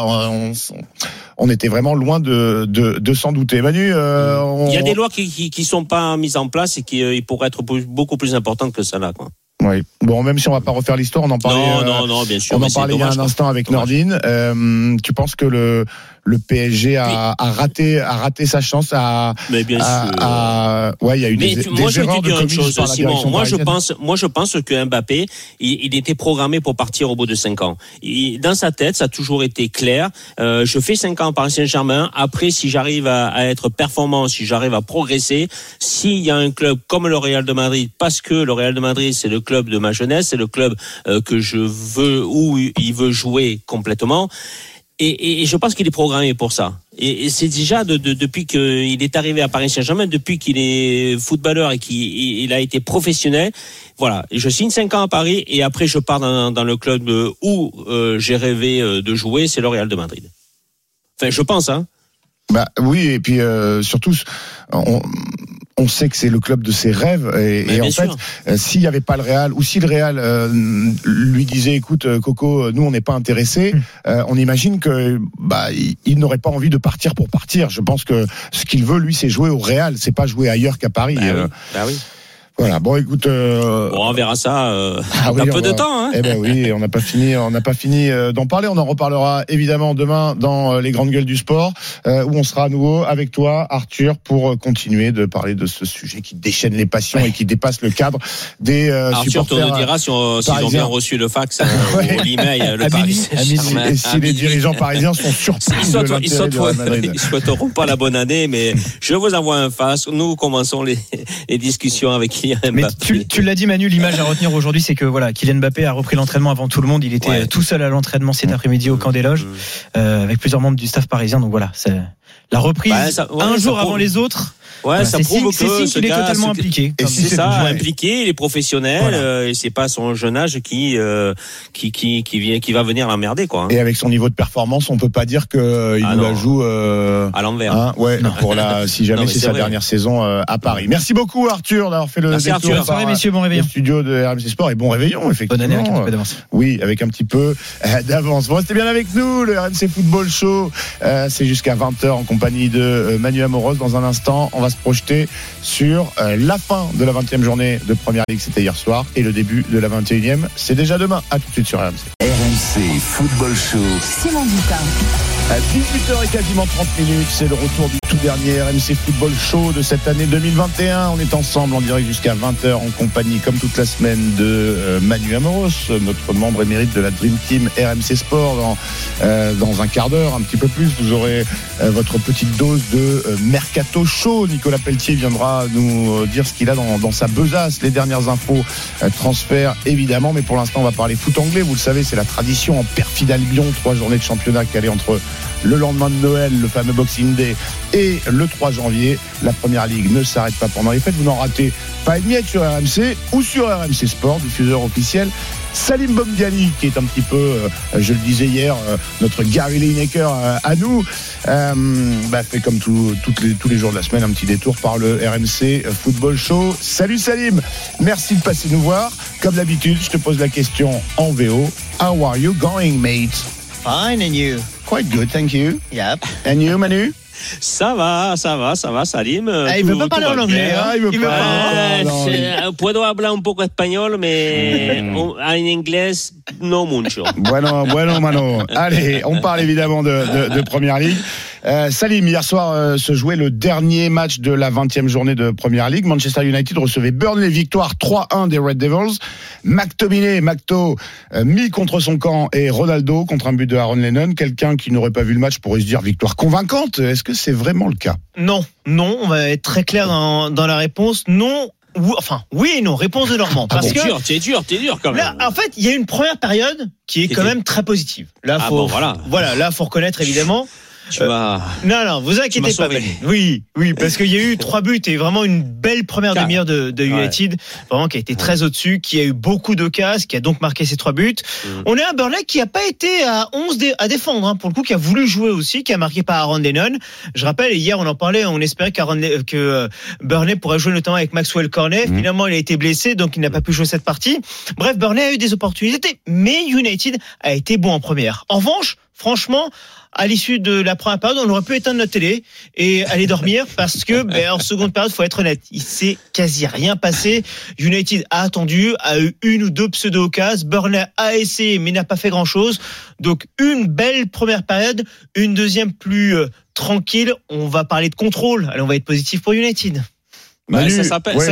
On était vraiment loin de s'en douter. Manu, il y a des lois qui sont pas mises en place et qui pourraient être beaucoup plus importantes que ça là, quoi. Oui. Bon, même si on va pas refaire l'histoire, on en parlait. Non, bien sûr. On en parlait il y a un instant avec Nordine. Tu penses que le PSG a raté sa chance mais bien sûr. Il y a eu des erreurs de commises par la direction parisienne. Moi, je pense que Mbappé, il était programmé pour partir au bout de 5 ans. Dans sa tête, ça a toujours été clair. Je fais 5 ans à Paris Saint-Germain. Après, si j'arrive à être performant, si j'arrive à progresser, s'il y a un club comme le Real de Madrid, parce que le Real de Madrid, c'est le club de ma jeunesse, c'est le club que je veux, où il veut jouer complètement. Et je pense qu'il est programmé pour ça. Et c'est déjà depuis qu'il est arrivé à Paris Saint-Germain, depuis qu'il est footballeur et qu'il a été professionnel. Voilà, je signe 5 ans à Paris et après je pars dans le club où j'ai rêvé de jouer, c'est le Real de Madrid. Enfin, je pense, hein. Oui, et puis surtout, on sait que c'est le club de ses rêves et en fait, s'il n'y avait pas le Real ou si le Real lui disait écoute Coco, nous on n'est pas intéressés, on imagine que il n'aurait pas envie de partir pour partir. Je pense que ce qu'il veut lui, c'est jouer au Real, c'est pas jouer ailleurs qu'à Paris. Oui. Voilà, bon écoute on verra ça un peu de temps, hein. Oui, on n'a pas fini d'en parler, on en reparlera évidemment demain dans les grandes gueules du sport où on sera à nouveau avec toi Arthur pour continuer de parler de ce sujet qui déchaîne les passions et qui dépasse le cadre des supporters. Arthur te dira s'ils ont bien reçu le fax ou l'email le Paris Saint-Germain. Et si les dirigeants parisiens sont surpris de l'intérêt du Real Madrid. Ils souhaiteront pas la bonne année, mais je vous envoie un fax. Nous commençons les discussions avec Kylian Mbappé. Mais tu l'as dit Manu, l'image à retenir aujourd'hui, c'est que Kylian Mbappé a repris l'entraînement avant tout le monde. Il était tout seul à l'entraînement cet après-midi au camp des loges avec plusieurs membres du staff parisien. Donc voilà, c'est la reprise un jour avant les autres. Ça prouve que qu'il est totalement impliqué. Et c'est ça, impliqué, il est professionnel, et c'est pas son jeune âge qui va venir l'emmerder, quoi. Et avec son niveau de performance, on peut pas dire que il la joue à l'envers. Si jamais c'est sa dernière saison à Paris. Merci beaucoup Arthur d'avoir fait le détour. Bonne soirée messieurs, bon réveillon. Le studio de RMC Sport et bon réveillon effectivement. Bonne année avec un peu d'avance. Oui, avec un petit peu d'avance. Bon, restez bien avec nous, le RMC Football Show. C'est jusqu'à 20h en compagnie de Manu Amoros. Dans un instant, on va se projeter sur la fin de la 20e journée de Première Ligue, c'était hier soir, et le début de la 21e, c'est déjà demain. À tout de suite sur RMC. RMC Football Show. Simon Dutin. À 18h et quasiment 30 minutes, c'est le retour du tout dernier RMC Football Show de cette année 2021. On est ensemble en direct jusqu'à 20h en compagnie, comme toute la semaine, de Manu Amoros, notre membre émérite de la Dream Team RMC Sport. Dans un quart d'heure, un petit peu plus, vous aurez votre petite dose de Mercato Show. Nicolas Pelletier viendra nous dire ce qu'il a dans sa besace, les dernières infos, transferts évidemment, mais pour l'instant on va parler foot anglais. Vous le savez, c'est la tradition en perfide Albion, 3 journées de championnat calées entre le lendemain de Noël, le fameux Boxing Day, et le 3 janvier. La Première Ligue ne s'arrête pas pendant les fêtes. Vous n'en ratez pas une miette sur RMC ou sur RMC Sport, diffuseur officiel. Salim Bomdiani, qui est un petit peu, je le disais hier, notre Gary Lineker à nous, fait comme tous les jours de la semaine un petit détour par le RMC Football Show. Salut Salim, merci de passer nous voir. Comme d'habitude, je te pose la question en VO. How are you going, mate? Fine, and you? Quite good, thank you. Yep. And you, Manu? Ça va, Salim. Il veut pas parler en anglais. Il veut pas. Puedo hablar un poco español, mais en inglés, no mucho. Bueno, mano. Allez, on parle évidemment de Première Ligue. Salim, hier soir se jouait le dernier match de la 20e journée de Première Ligue. Manchester United recevait Burnley, victoire 3-1 des Red Devils. McTominay, mis contre son camp, et Ronaldo contre un but de Aaron Lennon. Quelqu'un qui n'aurait pas vu le match pourrait se dire victoire convaincante. Est-ce que c'est vraiment le cas? Non, on va être très clair dans la réponse. Non. Oui et non, réponse de Normand. Parce que t'es dur quand même. Là, en fait, il y a une première période qui est quand même très positive. Là, là, faut reconnaître évidemment. Non, vous inquiétez pas. Oui, parce qu'il y a eu 3 buts et vraiment une belle première demi-heure de United, vraiment qui a été très au-dessus, qui a eu beaucoup d'occasions, qui a donc marqué ces 3 buts. On est un Burnley qui a pas été à 11 à défendre, pour le coup, qui a voulu jouer aussi, qui a marqué par Aaron Lennon. Je rappelle, hier on en parlait, on espérait que Burnley pourrait jouer notamment avec Maxwell Cornet. Finalement, il a été blessé, donc il n'a pas pu jouer cette partie. Bref, Burnley a eu des opportunités, mais United a été bon en première. En revanche, franchement, à l'issue de la première période, on aurait pu éteindre notre télé et aller dormir parce que, en seconde période, faut être honnête, il s'est quasi rien passé. United a attendu, a eu 1 ou 2 pseudo-occasions. Burnley a essayé, mais n'a pas fait grand-chose. Donc, une belle première période, une deuxième plus tranquille. On va parler de contrôle. Allez, on va être positif pour United. Ça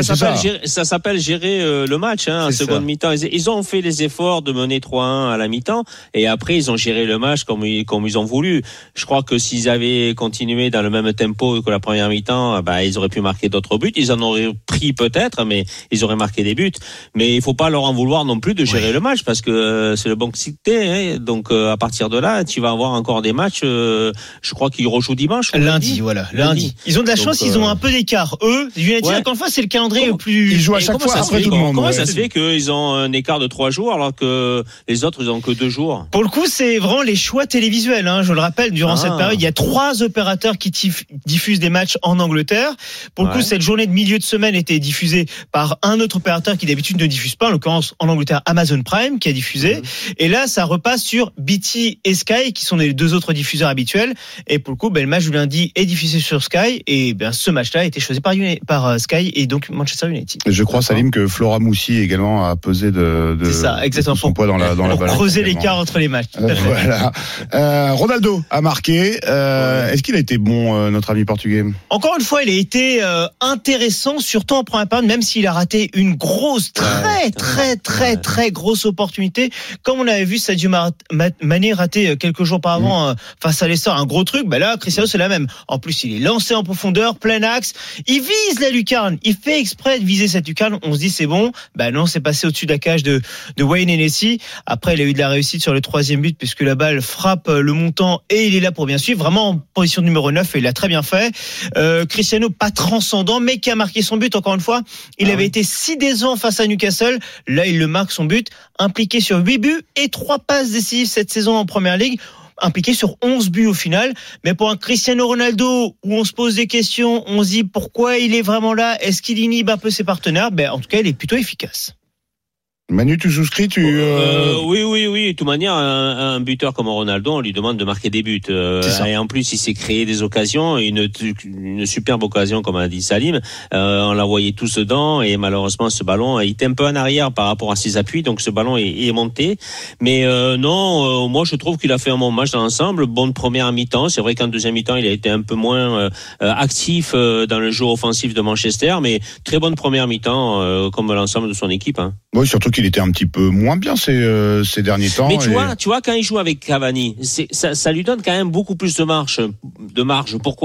s'appelle gérer le match en seconde mi-temps. Ils ont fait les efforts de mener 3-1 à la mi-temps et après ils ont géré le match comme ils ont voulu. Je crois que s'ils avaient continué dans le même tempo que la première mi-temps, ils auraient pu marquer d'autres buts. Ils en auraient pris peut-être, mais ils auraient marqué des buts. Mais il faut pas leur en vouloir non plus de gérer le match parce que c'est le Boxing Day. Donc à partir de là, tu vas avoir encore des matchs. Je crois qu'ils rejouent dimanche. Lundi. Ils ont de la chance, ils ont un peu d'écart. Eux, United, encore une fois, c'est le calendrier le plus. Ils jouent à chaque fois après tout le monde. Comment ça se fait qu'ils ont un écart de 3 jours alors que les autres, ils ont que 2 jours? Pour le coup, c'est vraiment les choix télévisuels. Je le rappelle, durant cette période, il y a 3 opérateurs qui diffusent des matchs en Angleterre. Pour le coup, cette journée de milieu de semaine était diffusée par un autre opérateur qui d'habitude ne diffuse pas, en l'occurrence en Angleterre, Amazon Prime, qui a diffusé. Et là, ça repasse sur BT et Sky, qui sont les 2 autres diffuseurs habituels. Et pour le coup, le match du lundi est diffusé sur Sky. Et ce match-là a été choisi par Sky et donc Manchester United. Je crois, Salim, que Flora Moussi également a pesé de son poids dans la balance. Pour creuser l'écart entre les matchs. Voilà. Ronaldo a marqué. Est-ce qu'il a été bon, notre ami portugais? Encore une fois, il a été intéressant, surtout en première période, même s'il a raté une grosse, très grosse opportunité. Comme on avait vu Sadio Mané rater quelques jours auparavant face à l'Essor, un gros truc. Là, Cristiano, c'est la même. En plus, il est lancé en profondeur, plein axe. Il vise la lucarne. Il fait exprès de viser cette lucarne. On se dit c'est bon. Non, c'est passé au-dessus de la cage de Wayne Hennessy. Après, il a eu de la réussite sur le 3e but puisque la balle frappe le montant et il est là pour bien suivre. Vraiment en position numéro 9 et il l'a très bien fait. Cristiano, pas transcendant, mais qui a marqué son but encore une fois. Il avait été si décevant face à Newcastle. Là, il le marque son but. Impliqué sur 8 buts et 3 passes décisives cette saison en Première Ligue. Impliqué sur 11 buts au final, mais pour un Cristiano Ronaldo où on se pose des questions, on se dit pourquoi il est vraiment là, est-ce qu'il inhibe un peu ses partenaires? En tout cas, il est plutôt efficace. Manu, tu souscris Oui. De toute manière, un buteur comme Ronaldo, on lui demande de marquer des buts. Et en plus, il s'est créé des occasions, une superbe occasion, comme a dit Salim. On l'a voyé tous dedans, et malheureusement, ce ballon, il était un peu en arrière par rapport à ses appuis, donc ce ballon est monté. Mais moi, je trouve qu'il a fait un bon match dans l'ensemble. Bonne première mi-temps. C'est vrai qu'en deuxième mi-temps, il a été un peu moins actif dans le jeu offensif de Manchester, mais très bonne première mi-temps, comme l'ensemble de son équipe. Oui, surtout qu'il était un petit peu moins bien ces derniers temps. Mais tu vois, quand il joue avec Cavani, ça lui donne quand même beaucoup plus de marge. Pourquoi ?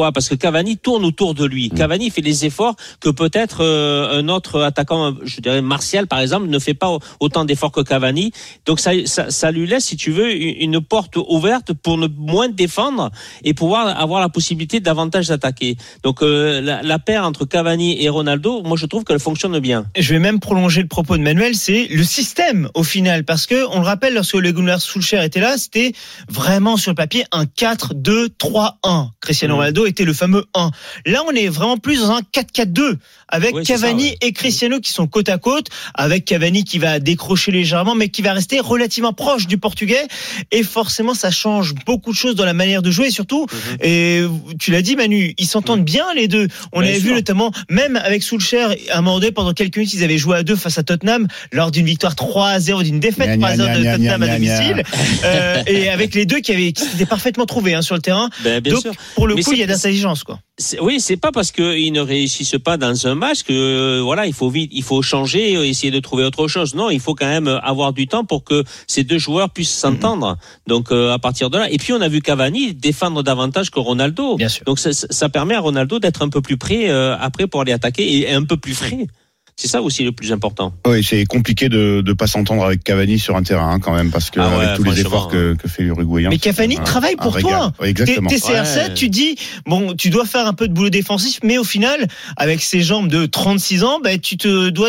Parce que Cavani tourne autour de lui. Cavani fait des efforts que peut-être un autre attaquant, je dirais Martial par exemple, ne fait pas autant d'efforts que Cavani. Donc ça lui laisse, si tu veux, une porte ouverte pour ne moins défendre et pouvoir avoir la possibilité davantage d'attaquer. Donc la paire entre Cavani et Ronaldo, moi je trouve qu'elle fonctionne bien. Je vais même prolonger le propos de Manuel, c'est le système au final, parce que on le rappelle, lorsque Ole Gunnar Solskjaer était là, c'était vraiment sur le papier un 4-2-3-1. Cristiano Ronaldo était le fameux 1. Là, on est vraiment plus dans un 4-4-2 avec Cavani et Cristiano qui sont côte à côte, avec Cavani qui va décrocher légèrement, mais qui va rester relativement proche du Portugais. Et forcément, ça change beaucoup de choses dans la manière de jouer, et surtout, et tu l'as dit Manu, ils s'entendent bien les deux. On avait vu notamment, même avec Solskjaer, à un moment donné, pendant quelques minutes, ils avaient joué à deux face à Tottenham lors d'une victoire 3-0, d'une défaite 3-0 de Tottenham à domicile. Et avec les deux qui s'étaient parfaitement trouvés sur le terrain. Donc, sûr. Pour le coup, il y a d'intelligence, quoi. C'est pas parce qu'ils ne réussissent pas dans un match que il faut changer, essayer de trouver autre chose. Non, il faut quand même avoir du temps pour que ces deux joueurs puissent s'entendre. Donc à partir de là, et puis on a vu Cavani défendre davantage que Ronaldo. Donc ça permet à Ronaldo d'être un peu plus prêt après pour aller attaquer et un peu plus frais. C'est ça aussi le plus important. Oui, c'est compliqué de pas s'entendre avec Cavani sur un terrain quand même, parce que avec tous les efforts que fait l'Uruguayen. Mais Cavani travaille pour toi. Oui, exactement. T'es CR7, tu dis bon, tu dois faire un peu de boulot défensif, mais au final, avec ses jambes de 36 ans, tu te dois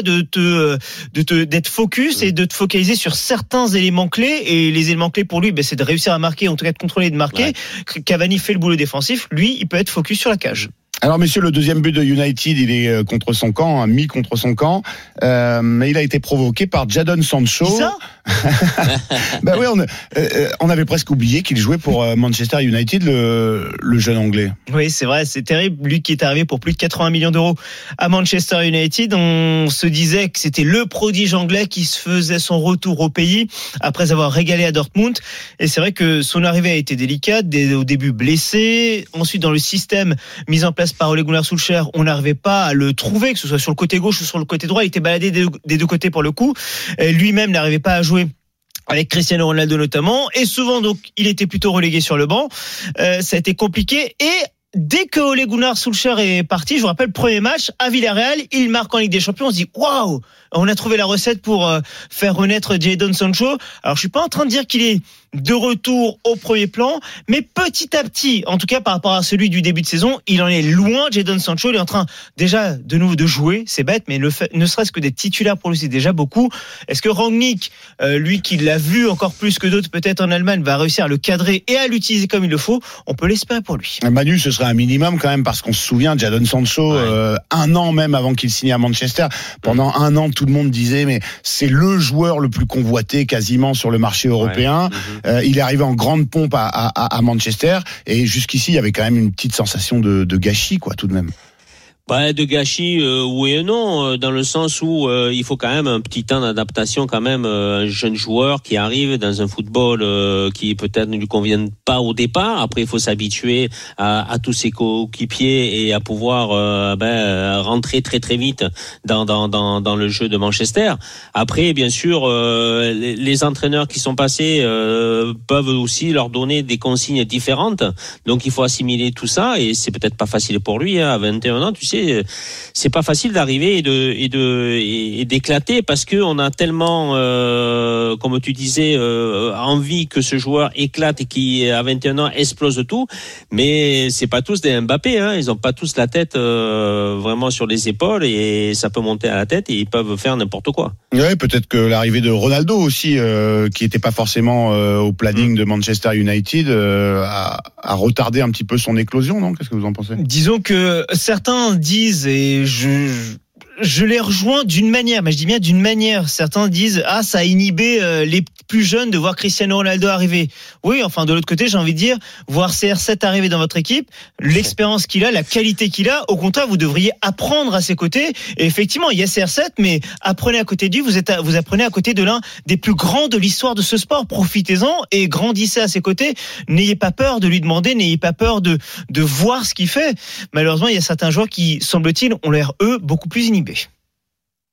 d'être focus et de te focaliser sur certains éléments clés. Et les éléments clés pour lui, c'est de réussir à marquer, en tout cas de contrôler et de marquer. Cavani fait le boulot défensif, lui, il peut être focus sur la cage. Alors messieurs, le deuxième but de United, il est contre son camp, mis contre son camp, mais il a été provoqué par Jadon Sancho. C'est ça? Oui, on avait presque oublié qu'il jouait pour Manchester United, le jeune anglais. Oui, c'est vrai, c'est terrible. Lui qui est arrivé pour plus de 80 millions d'euros à Manchester United, on se disait que c'était le prodige anglais qui se faisait son retour au pays après avoir régalé à Dortmund. Et c'est vrai que son arrivée a été délicate, au début blessé, ensuite dans le système mis en place par Ole Gunnar Solskjaer, on n'arrivait pas à le trouver, que ce soit sur le côté gauche ou sur le côté droit. Il était baladé des deux côtés pour le coup. Et lui-même n'arrivait pas à jouer avec Cristiano Ronaldo notamment. Et souvent, donc, il était plutôt relégué sur le banc. Ça a été compliqué. Et dès que Ole Gunnar Solskjaer est parti, je vous rappelle, premier match à Villarreal, il marque en Ligue des Champions. On se dit, waouh, on a trouvé la recette pour faire renaître Jadon Sancho. Alors, je suis pas en train de dire qu'il est de retour au premier plan, mais petit à petit, en tout cas par rapport à celui du début de saison, il en est loin. Jadon Sancho, il est en train déjà de nouveau de jouer, c'est bête, mais le fait, ne serait-ce que d'être titulaire pour lui, c'est déjà beaucoup. Est-ce que Rangnick, lui qui l'a vu encore plus que d'autres peut-être en Allemagne, va réussir à le cadrer et à l'utiliser comme il le faut? On peut l'espérer pour lui. Manu, ce serait un minimum quand même, parce qu'on se souvient de Jadon Sancho, un an même avant qu'il signe à Manchester, pendant un an tout le monde disait mais c'est le joueur le plus convoité quasiment sur le marché européen. Il est arrivé en grande pompe à Manchester, et jusqu'ici il y avait quand même une petite sensation de gâchis, quoi, tout de même. De gâchis, oui et non, dans le sens où il faut quand même un petit temps d'adaptation quand même. Un jeune joueur qui arrive dans un football qui peut-être ne lui convient pas au départ. Après, il faut s'habituer à tous ses coéquipiers et à pouvoir rentrer très très vite dans le jeu de Manchester. Après, bien sûr, les entraîneurs qui sont passés peuvent aussi leur donner des consignes différentes. Donc, il faut assimiler tout ça, et c'est peut-être pas facile pour lui à 21 ans, tu sais. C'est pas facile d'arriver et d'éclater, parce que on a tellement, comme tu disais, envie que ce joueur éclate et qui à 21 ans explose tout. Mais c'est pas tous des Mbappé, hein. Ils ont pas tous la tête vraiment sur les épaules, et ça peut monter à la tête et ils peuvent faire n'importe quoi. Oui, peut-être que l'arrivée de Ronaldo aussi, qui était pas forcément au planning de Manchester United, a retardé un petit peu son éclosion, non? Qu'est-ce que vous en pensez? Disons que certains disent, et je les rejoins d'une manière, mais je dis bien d'une manière. Certains disent ça a inhibé les plus jeunes de voir Cristiano Ronaldo arriver. Oui, enfin de l'autre côté, j'ai envie de dire, voir CR7 arriver dans votre équipe, l'expérience qu'il a, la qualité qu'il a, au contraire, vous devriez apprendre à ses côtés. Et effectivement, il y a CR7, mais apprenez à côté de lui, vous apprenez à côté de l'un des plus grands de l'histoire de ce sport. Profitez-en et grandissez à ses côtés. N'ayez pas peur de lui demander, n'ayez pas peur de voir ce qu'il fait. Malheureusement, il y a certains joueurs qui, semble-t-il, ont l'air, eux, beaucoup plus inhibés.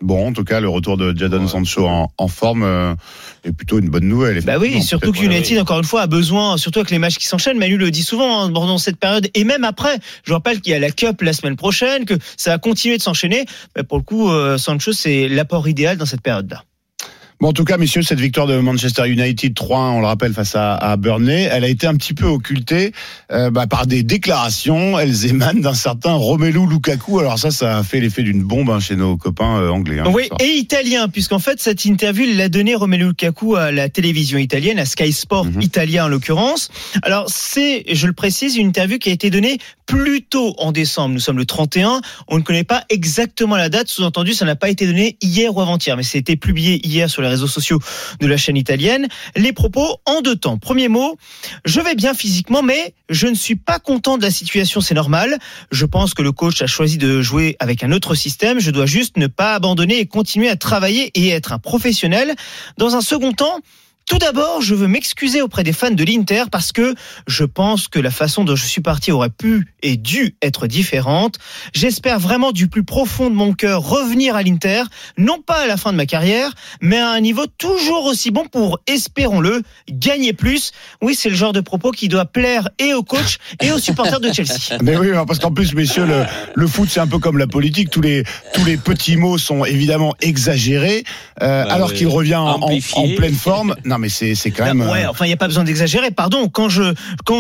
Bon, en tout cas, le retour de Jadon Sancho en forme est plutôt une bonne nouvelle. Bah oui, surtout que United, encore une fois, a besoin, surtout avec les matchs qui s'enchaînent. Manu le dit souvent pendant cette période et même après. Je rappelle qu'il y a la Cup la semaine prochaine, que ça va continuer de s'enchaîner. Mais pour le coup, Sancho, c'est l'apport idéal dans cette période-là. Bon, en tout cas, messieurs, cette victoire de Manchester United 3-1, on le rappelle, face à Burnley, elle a été un petit peu occultée par des déclarations. Elles émanent d'un certain Romelu Lukaku. Alors ça a fait l'effet d'une bombe chez nos copains anglais. Oui, et italiens, puisqu'en fait, cette interview, il l'a donné Romelu Lukaku à la télévision italienne, à Sky Sport Italia en l'occurrence. Alors c'est, je le précise, une interview qui a été donnée plus tôt en décembre. Nous sommes le 31. On ne connaît pas exactement la date. Sous-entendu, ça n'a pas été donné hier ou avant-hier, mais c'était publié hier sur les réseaux sociaux de la chaîne italienne. Les propos en 2 temps. Premier mot, je vais bien physiquement, mais je ne suis pas content de la situation, c'est normal. Je pense que le coach a choisi de jouer avec un autre système. Je dois juste ne pas abandonner et continuer à travailler et être un professionnel. Dans un second temps, tout d'abord, je veux m'excuser auprès des fans de l'Inter parce que je pense que la façon dont je suis parti aurait pu et dû être différente. J'espère vraiment du plus profond de mon cœur revenir à l'Inter, non pas à la fin de ma carrière, mais à un niveau toujours aussi bon pour, espérons-le, gagner plus. Oui, c'est le genre de propos qui doit plaire et aux coachs et aux supporters de Chelsea. Mais oui, parce qu'en plus, messieurs, le foot, c'est un peu comme la politique. Tous les petits mots sont évidemment exagérés, alors qu'il revient en pleine forme. Non, mais c'est quand même. Ouais, enfin, il n'y a pas besoin d'exagérer. Pardon, je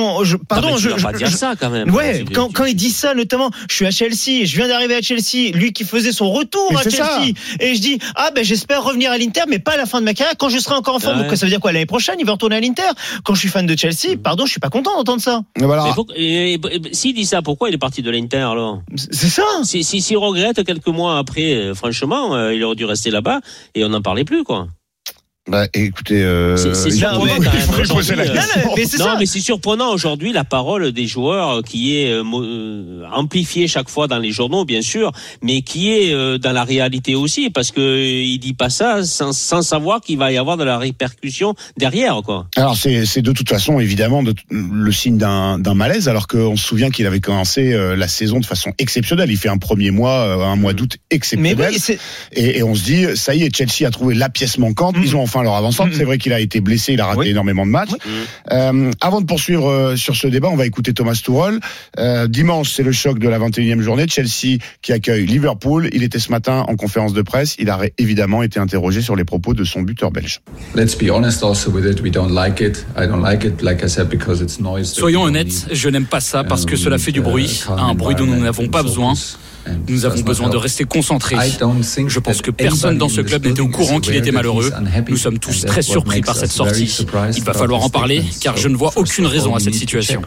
pas dire ça quand même. Ouais, quand il dit ça, notamment, je suis à Chelsea, je viens d'arriver à Chelsea, lui qui faisait son retour à Chelsea, ça. Et je dis, j'espère revenir à l'Inter, mais pas à la fin de ma carrière, quand je serai encore en forme. Ouais. Donc ça veut dire quoi, l'année prochaine, il va retourner à l'Inter. Quand je suis fan de Chelsea, pardon, je suis pas content d'entendre ça. Voilà. S'il dit ça, pourquoi il est parti de l'Inter alors ? C'est ça. S'il regrette quelques mois après, franchement, il aurait dû rester là-bas et on n'en parlait plus, quoi. Écoutez, c'est surprenant quand même. Mais c'est surprenant aujourd'hui la parole des joueurs qui est amplifiée chaque fois dans les journaux, bien sûr, mais qui est dans la réalité aussi, parce que il dit pas ça sans savoir qu'il va y avoir de la répercussion derrière, quoi. Alors c'est de toute façon évidemment le signe d'un malaise, alors qu'on se souvient qu'il avait commencé la saison de façon exceptionnelle. Il fait un premier mois, un mois d'août exceptionnel, et on se dit ça y est, Chelsea a trouvé la pièce manquante. Ils ont enfin leur avant-centre. C'est vrai qu'il a été blessé, il a raté énormément de matchs. Avant de poursuivre sur ce débat, on va écouter Thomas Tuchel. Dimanche, c'est le choc de la 21e journée. Chelsea qui accueille Liverpool. Il était ce matin en conférence de presse. Il a évidemment été interrogé sur les propos de son buteur belge. Soyons honnêtes, je n'aime pas ça parce que cela fait du bruit, un bruit dont nous n'avons pas besoin. Nous avons besoin de rester concentrés. Je pense que personne dans ce club n'était au courant qu'il était malheureux. Nous sommes tous très surpris par cette sortie. Il va falloir en parler, car je ne vois aucune raison à cette situation.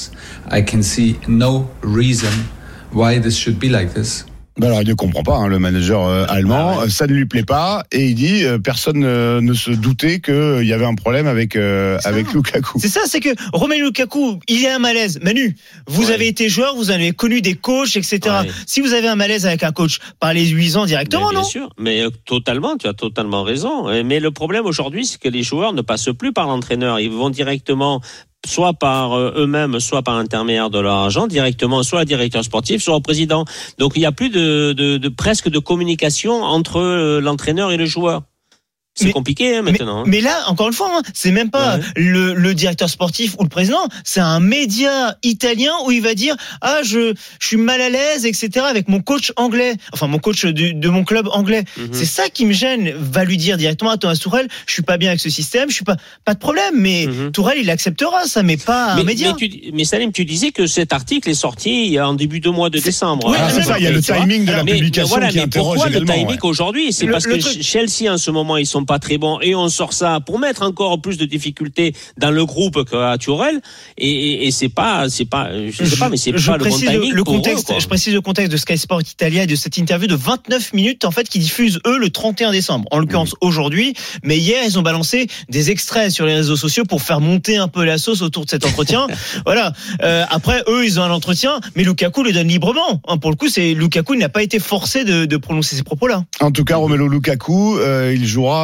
Alors il ne comprend pas, le manager allemand, ça ne lui plaît pas, et il dit personne ne se doutait qu'il y avait un problème avec Lukaku. C'est ça, c'est que Romelu Lukaku, il y a un malaise. Manu, vous avez été joueur, vous avez connu des coachs, etc. Ouais. Si vous avez un malaise avec un coach, parlez-lui-en directement, bien non ? Bien sûr, mais totalement, tu as totalement raison. Mais le problème aujourd'hui, c'est que les joueurs ne passent plus par l'entraîneur, ils vont directement soit par eux-mêmes, soit par intermédiaire de leur agent, directement, soit au directeur sportif, soit au président. Donc il n'y a plus de presque de communication entre l'entraîneur et le joueur. C'est compliqué maintenant. Mais là, encore une fois, c'est même pas le directeur sportif ou le président, c'est un média italien où il va dire je suis mal à l'aise, etc. avec mon coach anglais, enfin mon coach de mon club anglais. C'est ça qui me gêne. Va lui dire directement à Thomas Tuchel, je suis pas bien avec ce système, je suis pas de problème. Mais Tuchel il acceptera ça, mais pas un média. Mais Salim, tu disais que cet article est sorti en début de mois de décembre. Oui, c'est ça. Il y a le timing de la publication qui interroge pourquoi également. Le timing aujourd'hui, c'est parce que Chelsea en ce moment ils sont pas très bons et on sort ça pour mettre encore plus de difficultés dans le groupe qu'à Tuchel et c'est pas je sais pas mais c'est pas le bon timing le contexte eux, je précise le contexte de Sky Sport Italia et de cette interview de 29 minutes en fait qui diffuse eux le 31 décembre en l'occurrence aujourd'hui, mais hier ils ont balancé des extraits sur les réseaux sociaux pour faire monter un peu la sauce autour de cet entretien. Voilà, après eux ils ont un entretien mais Lukaku le donne librement, pour le coup c'est Lukaku n'a pas été forcé de prononcer ces propos là. En tout cas Romelu Lukaku il jouera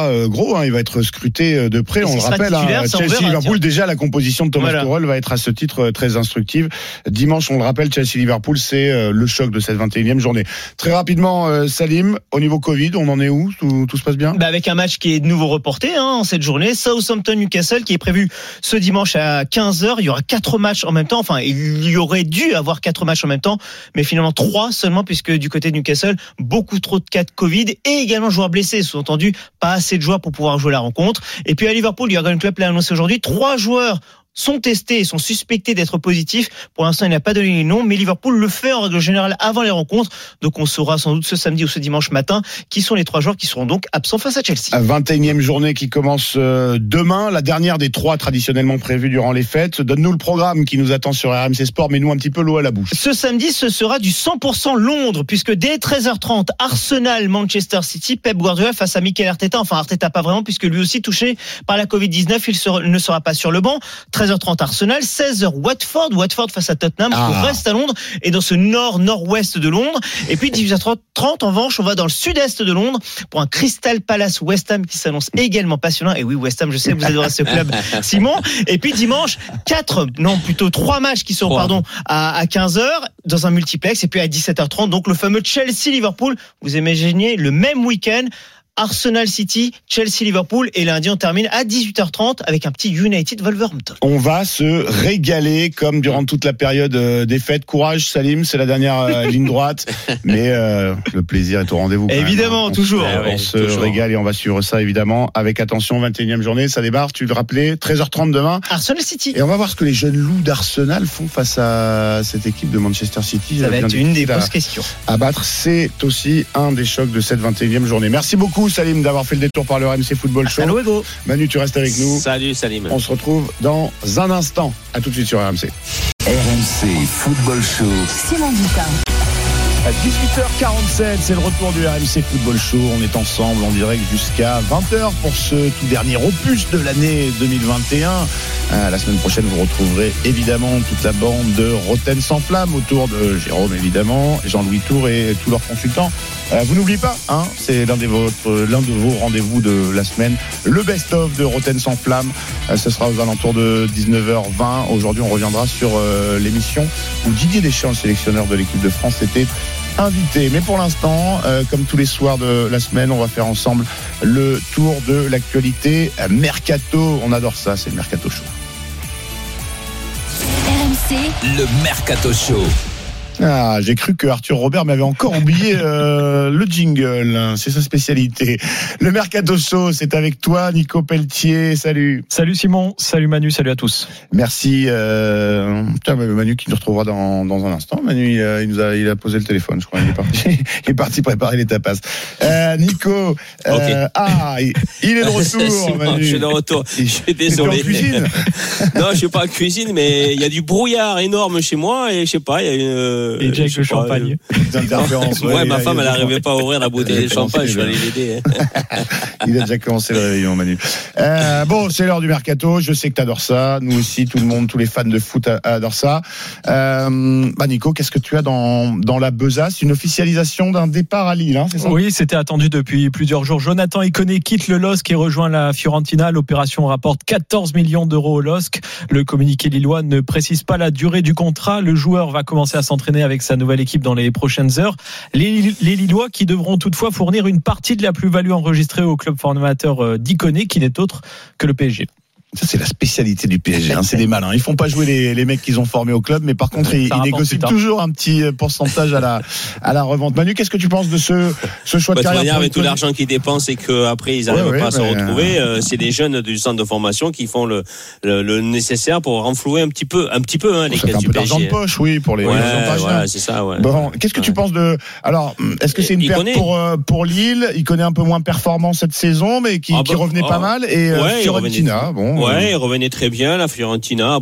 gros, hein, il va être scruté de près, on le rappelle. Chelsea-Liverpool, déjà la composition de Thomas Tuchel va être à ce titre très instructive. Dimanche, on le rappelle, Chelsea-Liverpool, c'est le choc de cette 21e journée. Très rapidement, Salim, au niveau Covid, on en est où ? Tout se passe bien ? Avec un match qui est de nouveau reporté en cette journée, Southampton-Newcastle qui est prévu ce dimanche à 15h. Il y aura 4 matchs en même temps. Enfin, il y aurait dû avoir 4 matchs en même temps, mais finalement 3 seulement, puisque du côté de Newcastle, beaucoup trop de cas de Covid et également joueurs blessés. Sous-entendu, pas assez de joueurs pour pouvoir jouer la rencontre. Et puis à Liverpool, Jürgen Klopp l'a annoncé aujourd'hui, 3 joueurs sont testés et sont suspectés d'être positifs. Pour l'instant, il n'a pas donné les noms, mais Liverpool le fait en règle générale avant les rencontres. Donc on saura sans doute ce samedi ou ce dimanche matin qui sont les 3 joueurs qui seront donc absents face à Chelsea. 21e journée qui commence demain, la dernière des 3 traditionnellement prévues durant les fêtes. Donne-nous le programme qui nous attend sur RMC Sport, mets-nous un petit peu l'eau à la bouche. Ce samedi, ce sera du 100% Londres, puisque dès 13h30, Arsenal, Manchester City, Pep Guardiola face à Mikel Arteta. Enfin, Arteta pas vraiment, puisque lui aussi touché par la Covid-19, il ne sera pas sur le banc. 13h30 Arsenal, 16h Watford face à Tottenham, on reste à Londres et dans ce nord-nord-ouest de Londres. Et puis 18h30 en revanche, on va dans le sud-est de Londres pour un Crystal Palace West Ham qui s'annonce également passionnant. Et oui, West Ham, je sais que vous adorez ce club, Simon. Et puis dimanche, 3 matchs qui seront à 15h dans un multiplex et puis à 17h30, donc le fameux Chelsea-Liverpool. Vous imaginez le même week-end, Arsenal City, Chelsea Liverpool, et lundi on termine à 18h30 avec un petit United Wolverhampton. On va se régaler comme durant toute la période des fêtes. Courage Salim, c'est la dernière ligne droite, mais le plaisir est au rendez-vous. Évidemment, même, hein. toujours. On se régale et on va suivre ça évidemment avec attention. 21e journée, ça débarque, tu le rappelais, 13h30 demain. Arsenal City. Et on va voir ce que les jeunes loups d'Arsenal font face à cette équipe de Manchester City. Ça va être une des grosses questions à battre. C'est aussi un des chocs de cette 21e journée. Merci beaucoup Salim d'avoir fait le détour par le RMC Football Show. Luego. Manu, tu restes avec nous. Salut Salim. On se retrouve dans un instant. À tout de suite sur RMC. RMC Football Show. Simon Dutin. À 18h47, c'est le retour du RMC Football Show. On est ensemble en direct jusqu'à 20h pour ce tout dernier opus de l'année 2021. La semaine prochaine, vous retrouverez évidemment toute la bande de Roten sans flamme autour de Jérôme évidemment, Jean-Louis Tour et tous leurs consultants. Vous n'oubliez pas, c'est l'un de vos rendez-vous de la semaine, le best-of de Roten sans flamme. Ce sera aux alentours de 19h20. Aujourd'hui, on reviendra sur l'émission où Didier Deschamps, le sélectionneur de l'équipe de France, était invité. Mais pour l'instant, comme tous les soirs de la semaine, on va faire ensemble le tour de l'actualité Mercato. On adore ça, c'est le Mercato Show. RMC, le Mercato Show. J'ai cru que Arthur Robert m'avait encore oublié le jingle. C'est sa spécialité. Le Mercato Show, c'est avec toi, Nico Pelletier. Salut. Salut Simon, salut Manu, salut à tous. Merci. Manu qui nous retrouvera dans un instant. Manu, il a posé le téléphone, je crois. Il est parti préparer les tapas. Nico. Okay. Il est de retour, Manu. Je suis de retour. Je suis désolé. Tu es en cuisine? Non, je suis pas en cuisine, mais il y a du brouillard énorme chez moi et je sais pas, il y a une et Jack le champagne. Des interférences. Ouais, ma femme, elle n'arrivait pas à ouvrir la bouteille de champagne. Je vais aller l'aider. Il a déjà commencé le réveillon, Manu. C'est l'heure du Mercato. Je sais que tu adores ça. Nous aussi, tout le monde, tous les fans de foot adorent ça. Nico, qu'est-ce que tu as dans la besace? Une officialisation d'un départ à Lille, c'est ça? Oui, c'était attendu depuis plusieurs jours. Jonathan Iconé quitte le LOSC et rejoint la Fiorentina. L'opération rapporte 14 millions d'euros au LOSC. Le communiqué lillois ne précise pas la durée du contrat. Le joueur va commencer à s'entraîner avec sa nouvelle équipe dans les prochaines heures. Les Lillois qui devront toutefois fournir une partie de la plus-value enregistrée au club formateur d'Iconé, qui n'est autre que le PSG. Ça, c'est la spécialité du PSG. C'est des malins. Ils font pas jouer les mecs qu'ils ont formés au club, mais par contre, ils négocient toujours un petit pourcentage à la revente. Manu, qu'est-ce que tu penses de ce choix de carrière? Avec tout l'argent qu'ils dépensent et qu'après, ils n'arrivent pas à se retrouver, c'est des jeunes du centre de formation qui font le nécessaire pour renflouer un petit peu les caisses du PSG. D'argent de poche, oui, pour les ouais, c'est ça, ouais. Bon, qu'est-ce que tu penses de... Alors, est-ce que c'est une perte pour Lille? Il connaît un peu moins performant cette saison, mais qui revenait pas mal. Et Fiorentina, il revenait très bien, la Fiorentina.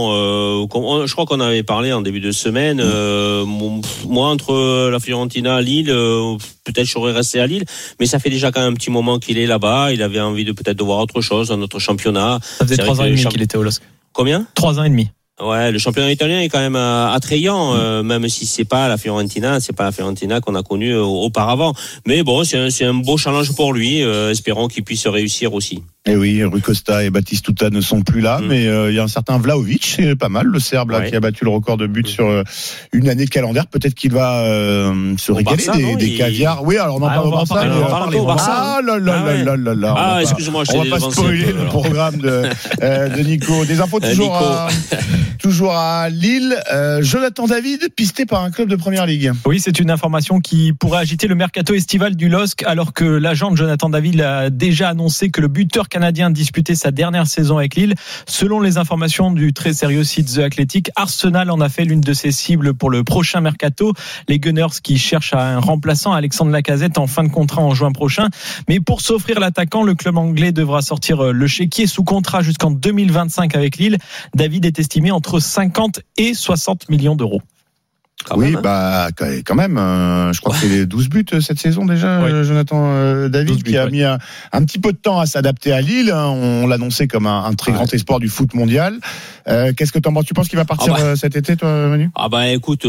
Je crois qu'on avait parlé en début de semaine. Moi, entre la Fiorentina et Lille, peut-être j'aurais resté à Lille, mais ça fait déjà quand même un petit moment qu'il est là-bas. Il avait envie de peut-être de voir autre chose dans notre championnat. Ça faisait 3 ans et demi qu'il était au LOSC. Combien? 3 ans et demi. Ouais, le championnat italien est quand même attrayant, même si c'est pas la Fiorentina qu'on a connue auparavant. Mais bon, c'est un beau challenge pour lui. Espérons qu'il puisse réussir aussi. Et oui, Rui Costa et Batistuta ne sont plus là, mais il y a un certain Vlahovic, c'est pas mal, le Serbe là, qui a battu le record de buts sur une année calendaire. Peut-être qu'il va se régaler Barça, des caviars. Oui, alors on en parle au Barça. Au Barça. Ah, excuse-moi, on va pas spoiler le programme de Nico. Des infos toujours à Lille. Jonathan David, pisté par un club de première ligue. Oui, c'est une information qui pourrait agiter le mercato estival du LOSC, alors que l'agent de Jonathan David a déjà annoncé que le buteur canadien disputait sa dernière saison avec Lille. Selon les informations du très sérieux site The Athletic, Arsenal en a fait l'une de ses cibles pour le prochain mercato. Les Gunners qui cherchent un remplaçant, Alexandre Lacazette, en fin de contrat en juin prochain. Mais pour s'offrir l'attaquant, le club anglais devra sortir le chéquier sous contrat jusqu'en 2025 avec Lille. David est estimé entre 50 et 60 millions d'euros. Quand même. Quand même. Je crois que c'est 12 buts cette saison déjà, Jonathan David, qui a mis un petit peu de temps à s'adapter à Lille. On l'annonçait comme un très grand espoir du foot mondial. Qu'est-ce que t'en penses ? Tu penses qu'il va partir cet été, toi, Manu ? Écoute,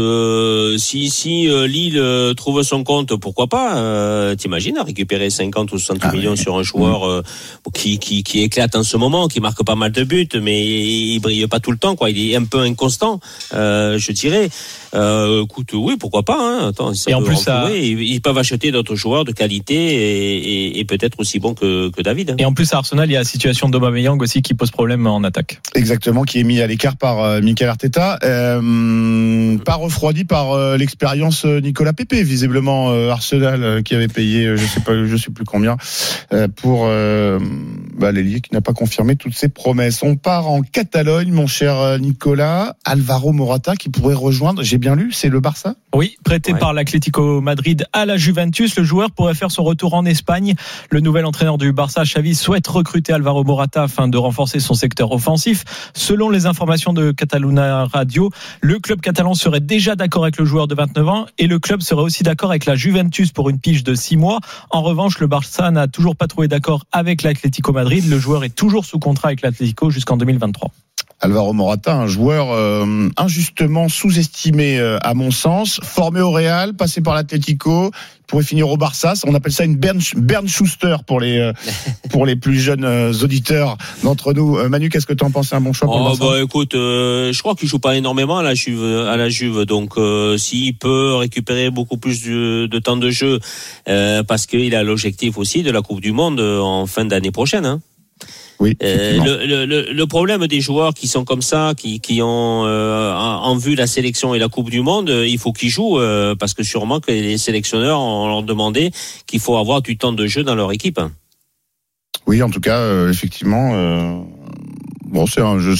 si Lille trouve son compte, pourquoi pas ? T'imagines récupérer 50 ou 60 millions sur un joueur qui éclate en ce moment, qui marque pas mal de buts, mais il brille pas tout le temps, quoi. Il est un peu inconstant, je dirais. Écoute, oui, pourquoi pas, hein. Attends, et en plus, ils peuvent acheter d'autres joueurs de qualité et peut-être aussi bons que David. Et en plus, à Arsenal, il y a la situation d'Aubameyang aussi qui pose problème en attaque. Exactement, qui est mis à l'écart par Mikel Arteta, pas refroidi par l'expérience Nicolas Pepe, visiblement Arsenal qui avait payé, je sais plus combien, pour l'ailier qui n'a pas confirmé toutes ses promesses. On part en Catalogne, mon cher Nicolas. Alvaro Morata qui pourrait rejoindre, j'ai bien lu, c'est le Barça ? Oui, prêté par l'Atlético Madrid à la Juventus, le joueur pourrait faire son retour en Espagne. Le nouvel entraîneur du Barça, Xavi, souhaite recruter Alvaro Morata afin de renforcer son secteur offensif. Selon les informations de Catalunya Radio, le club catalan serait déjà d'accord avec le joueur de 29 ans et le club serait aussi d'accord avec la Juventus pour une pige de 6 mois. En revanche, le Barça n'a toujours pas trouvé d'accord avec l'Atlético Madrid. Le joueur est toujours sous contrat avec l'Atlético jusqu'en 2023. Alvaro Morata, un joueur injustement sous-estimé à mon sens, formé au Real, passé par l'Atlético, pourrait finir au Barça. On appelle ça une Bernd Schuster pour les plus jeunes auditeurs d'entre nous. Manu, qu'est-ce que tu en penses ? Un bon choix pour le Barça ? Écoute, je crois qu'il joue pas énormément à la Juve, donc s'il peut récupérer beaucoup plus de temps de jeu, parce qu'il a l'objectif aussi de la Coupe du Monde en fin d'année prochaine, hein. Oui, le problème des joueurs qui sont comme ça, qui ont en vue la sélection et la Coupe du Monde, il faut qu'ils jouent parce que sûrement que les sélectionneurs ont leur demandé qu'il faut avoir du temps de jeu dans leur équipe. Oui, en tout cas, effectivement. C'est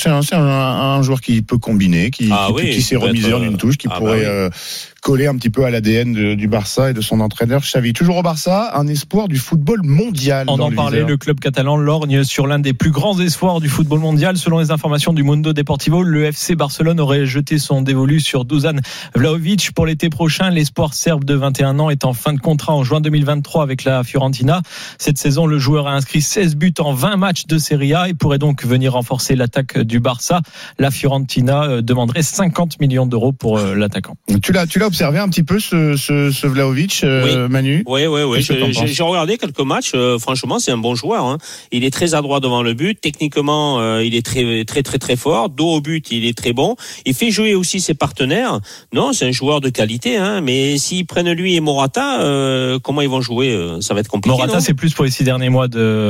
un joueur qui peut combiner, qui s'est remisé en une touche, qui pourrait coller un petit peu à l'ADN du Barça et de son entraîneur Xavi. Toujours au Barça, un espoir du football mondial. On en parlait, le club catalan lorgne sur l'un des plus grands espoirs du football mondial. Selon les informations du Mundo Deportivo, le FC Barcelone aurait jeté son dévolu sur Dusan Vlahovic pour l'été prochain. L'espoir serbe de 21 ans est en fin de contrat en juin 2023 avec la Fiorentina. Cette saison, le joueur a inscrit 16 buts en 20 matchs de Serie A et pourrait donc venir renforcer l'attaque du Barça. La Fiorentina demanderait 50 millions d'euros pour l'attaquant. Tu l'as observé un petit peu ce Vlahovic, Manu ? Oui. J'ai regardé quelques matchs. Franchement, c'est un bon joueur, hein. Il est très adroit devant le but. Techniquement, il est très, très, très, très fort. Dos au but, il est très bon. Il fait jouer aussi ses partenaires. Non, c'est un joueur de qualité, hein. Mais s'ils prennent lui et Morata, comment ils vont jouer ? Ça va être compliqué. Morata, c'est plus pour les 6 derniers mois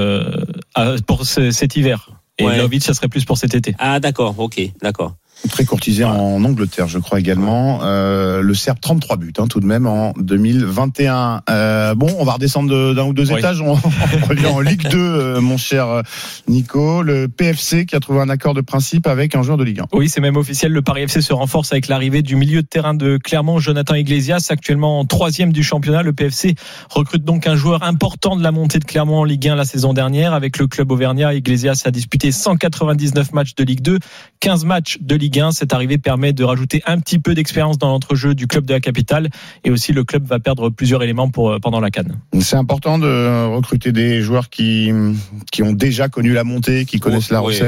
pour cet hiver. Et Vlahovic, ça serait plus pour cet été. Ah, d'accord. Très courtisé en Angleterre, je crois également. Le Serbe, 33 buts, tout de même, en 2021. On va redescendre d'un ou deux étages. On revient en Ligue 2, mon cher Nico. Le PFC qui a trouvé un accord de principe avec un joueur de Ligue 1. Oui, c'est même officiel. Le Paris FC se renforce avec l'arrivée du milieu de terrain de Clermont, Jonathan Iglesias, actuellement 3e du championnat. Le PFC recrute donc un joueur important de la montée de Clermont en Ligue 1 la saison dernière. Avec le club auvergnat, Iglesias a disputé 199 matchs de Ligue 2, 15 matchs de Ligue 1. Cette arrivée permet de rajouter un petit peu d'expérience dans l'entrejeu du club de la capitale et aussi le club va perdre plusieurs éléments pendant la CAN. C'est important de recruter des joueurs qui ont déjà connu la montée, qui connaissent la recette.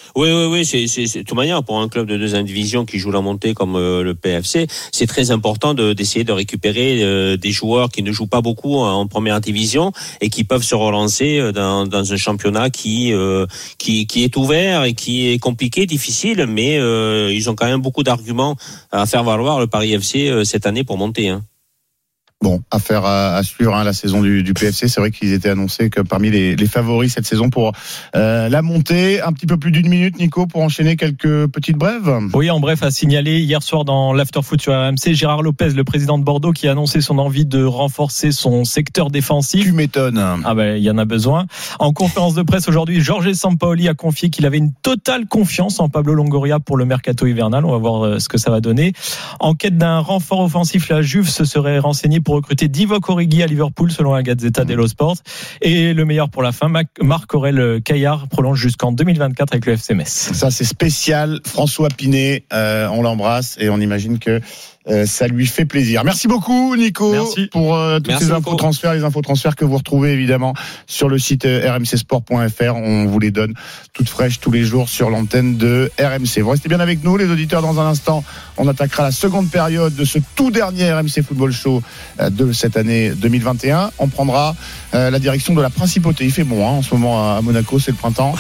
Oui, c'est de toute manière pour un club de deuxième division qui joue la montée comme le PFC, c'est très important d'essayer de récupérer des joueurs qui ne jouent pas beaucoup en première division et qui peuvent se relancer dans un championnat qui est ouvert et qui est compliqué, difficile, mais ils ont quand même beaucoup d'arguments à faire valoir le Paris FC cette année pour monter. Hein. Bon, affaire à suivre la saison du PFC. C'est vrai qu'ils étaient annoncés que parmi les favoris cette saison pour la montée. Un petit peu plus d'une minute, Nico, pour enchaîner quelques petites brèves. Oui, en bref, à signaler hier soir dans l'Afterfoot sur RMC, Gérard Lopez, le président de Bordeaux, qui a annoncé son envie de renforcer son secteur défensif. Tu m'étonnes. Ah ben, il y en a besoin. En conférence de presse aujourd'hui, Jorge Sampaoli a confié qu'il avait une totale confiance en Pablo Longoria pour le mercato hivernal. On va voir ce que ça va donner. En quête d'un renfort offensif, la Juve se serait renseignée pour recruter Divock Origi à Liverpool selon la Gazzetta dello Sport. Et le meilleur pour la fin, Marc-Aurèle Caillard prolonge jusqu'en 2024 avec le FC Metz. Ça c'est spécial. François Pinet, on l'embrasse et on imagine que ça lui fait plaisir. Merci beaucoup Nico. Merci. Pour toutes ces infotransferts, les infotransferts que vous retrouvez évidemment sur le site rmcsport.fr. On vous les donne toutes fraîches tous les jours sur l'antenne de RMC. Vous restez bien avec nous les auditeurs. Dans un instant, on attaquera la seconde période de ce tout dernier RMC Football Show de cette année 2021. On prendra la direction de la Principauté. Il fait bon en ce moment à Monaco, c'est le printemps.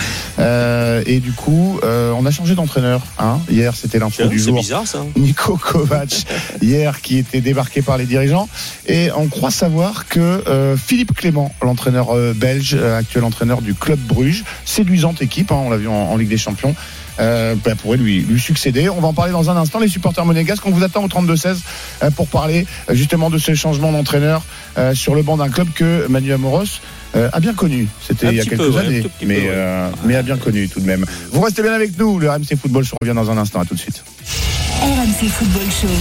Et du coup, on a changé d'entraîneur. Hier, c'était l'info du jour. C'est bizarre ça. Niko Kovac. Hier, qui était débarqué par les dirigeants. Et on croit savoir que Philippe Clément, l'entraîneur belge, actuel entraîneur du Club Bruges, séduisante équipe, on l'a vu en Ligue des Champions, pourrait lui succéder. On va en parler dans un instant. Les supporters monégasques, on vous attend au 32-16 pour parler justement de ce changement d'entraîneur sur le banc d'un club que Manu Amoros a bien connu. C'était il y a quelques années, mais a bien connu tout de même. Vous restez bien avec nous. Le RMC Football Show revient dans un instant. À tout de suite. RMC Football Show.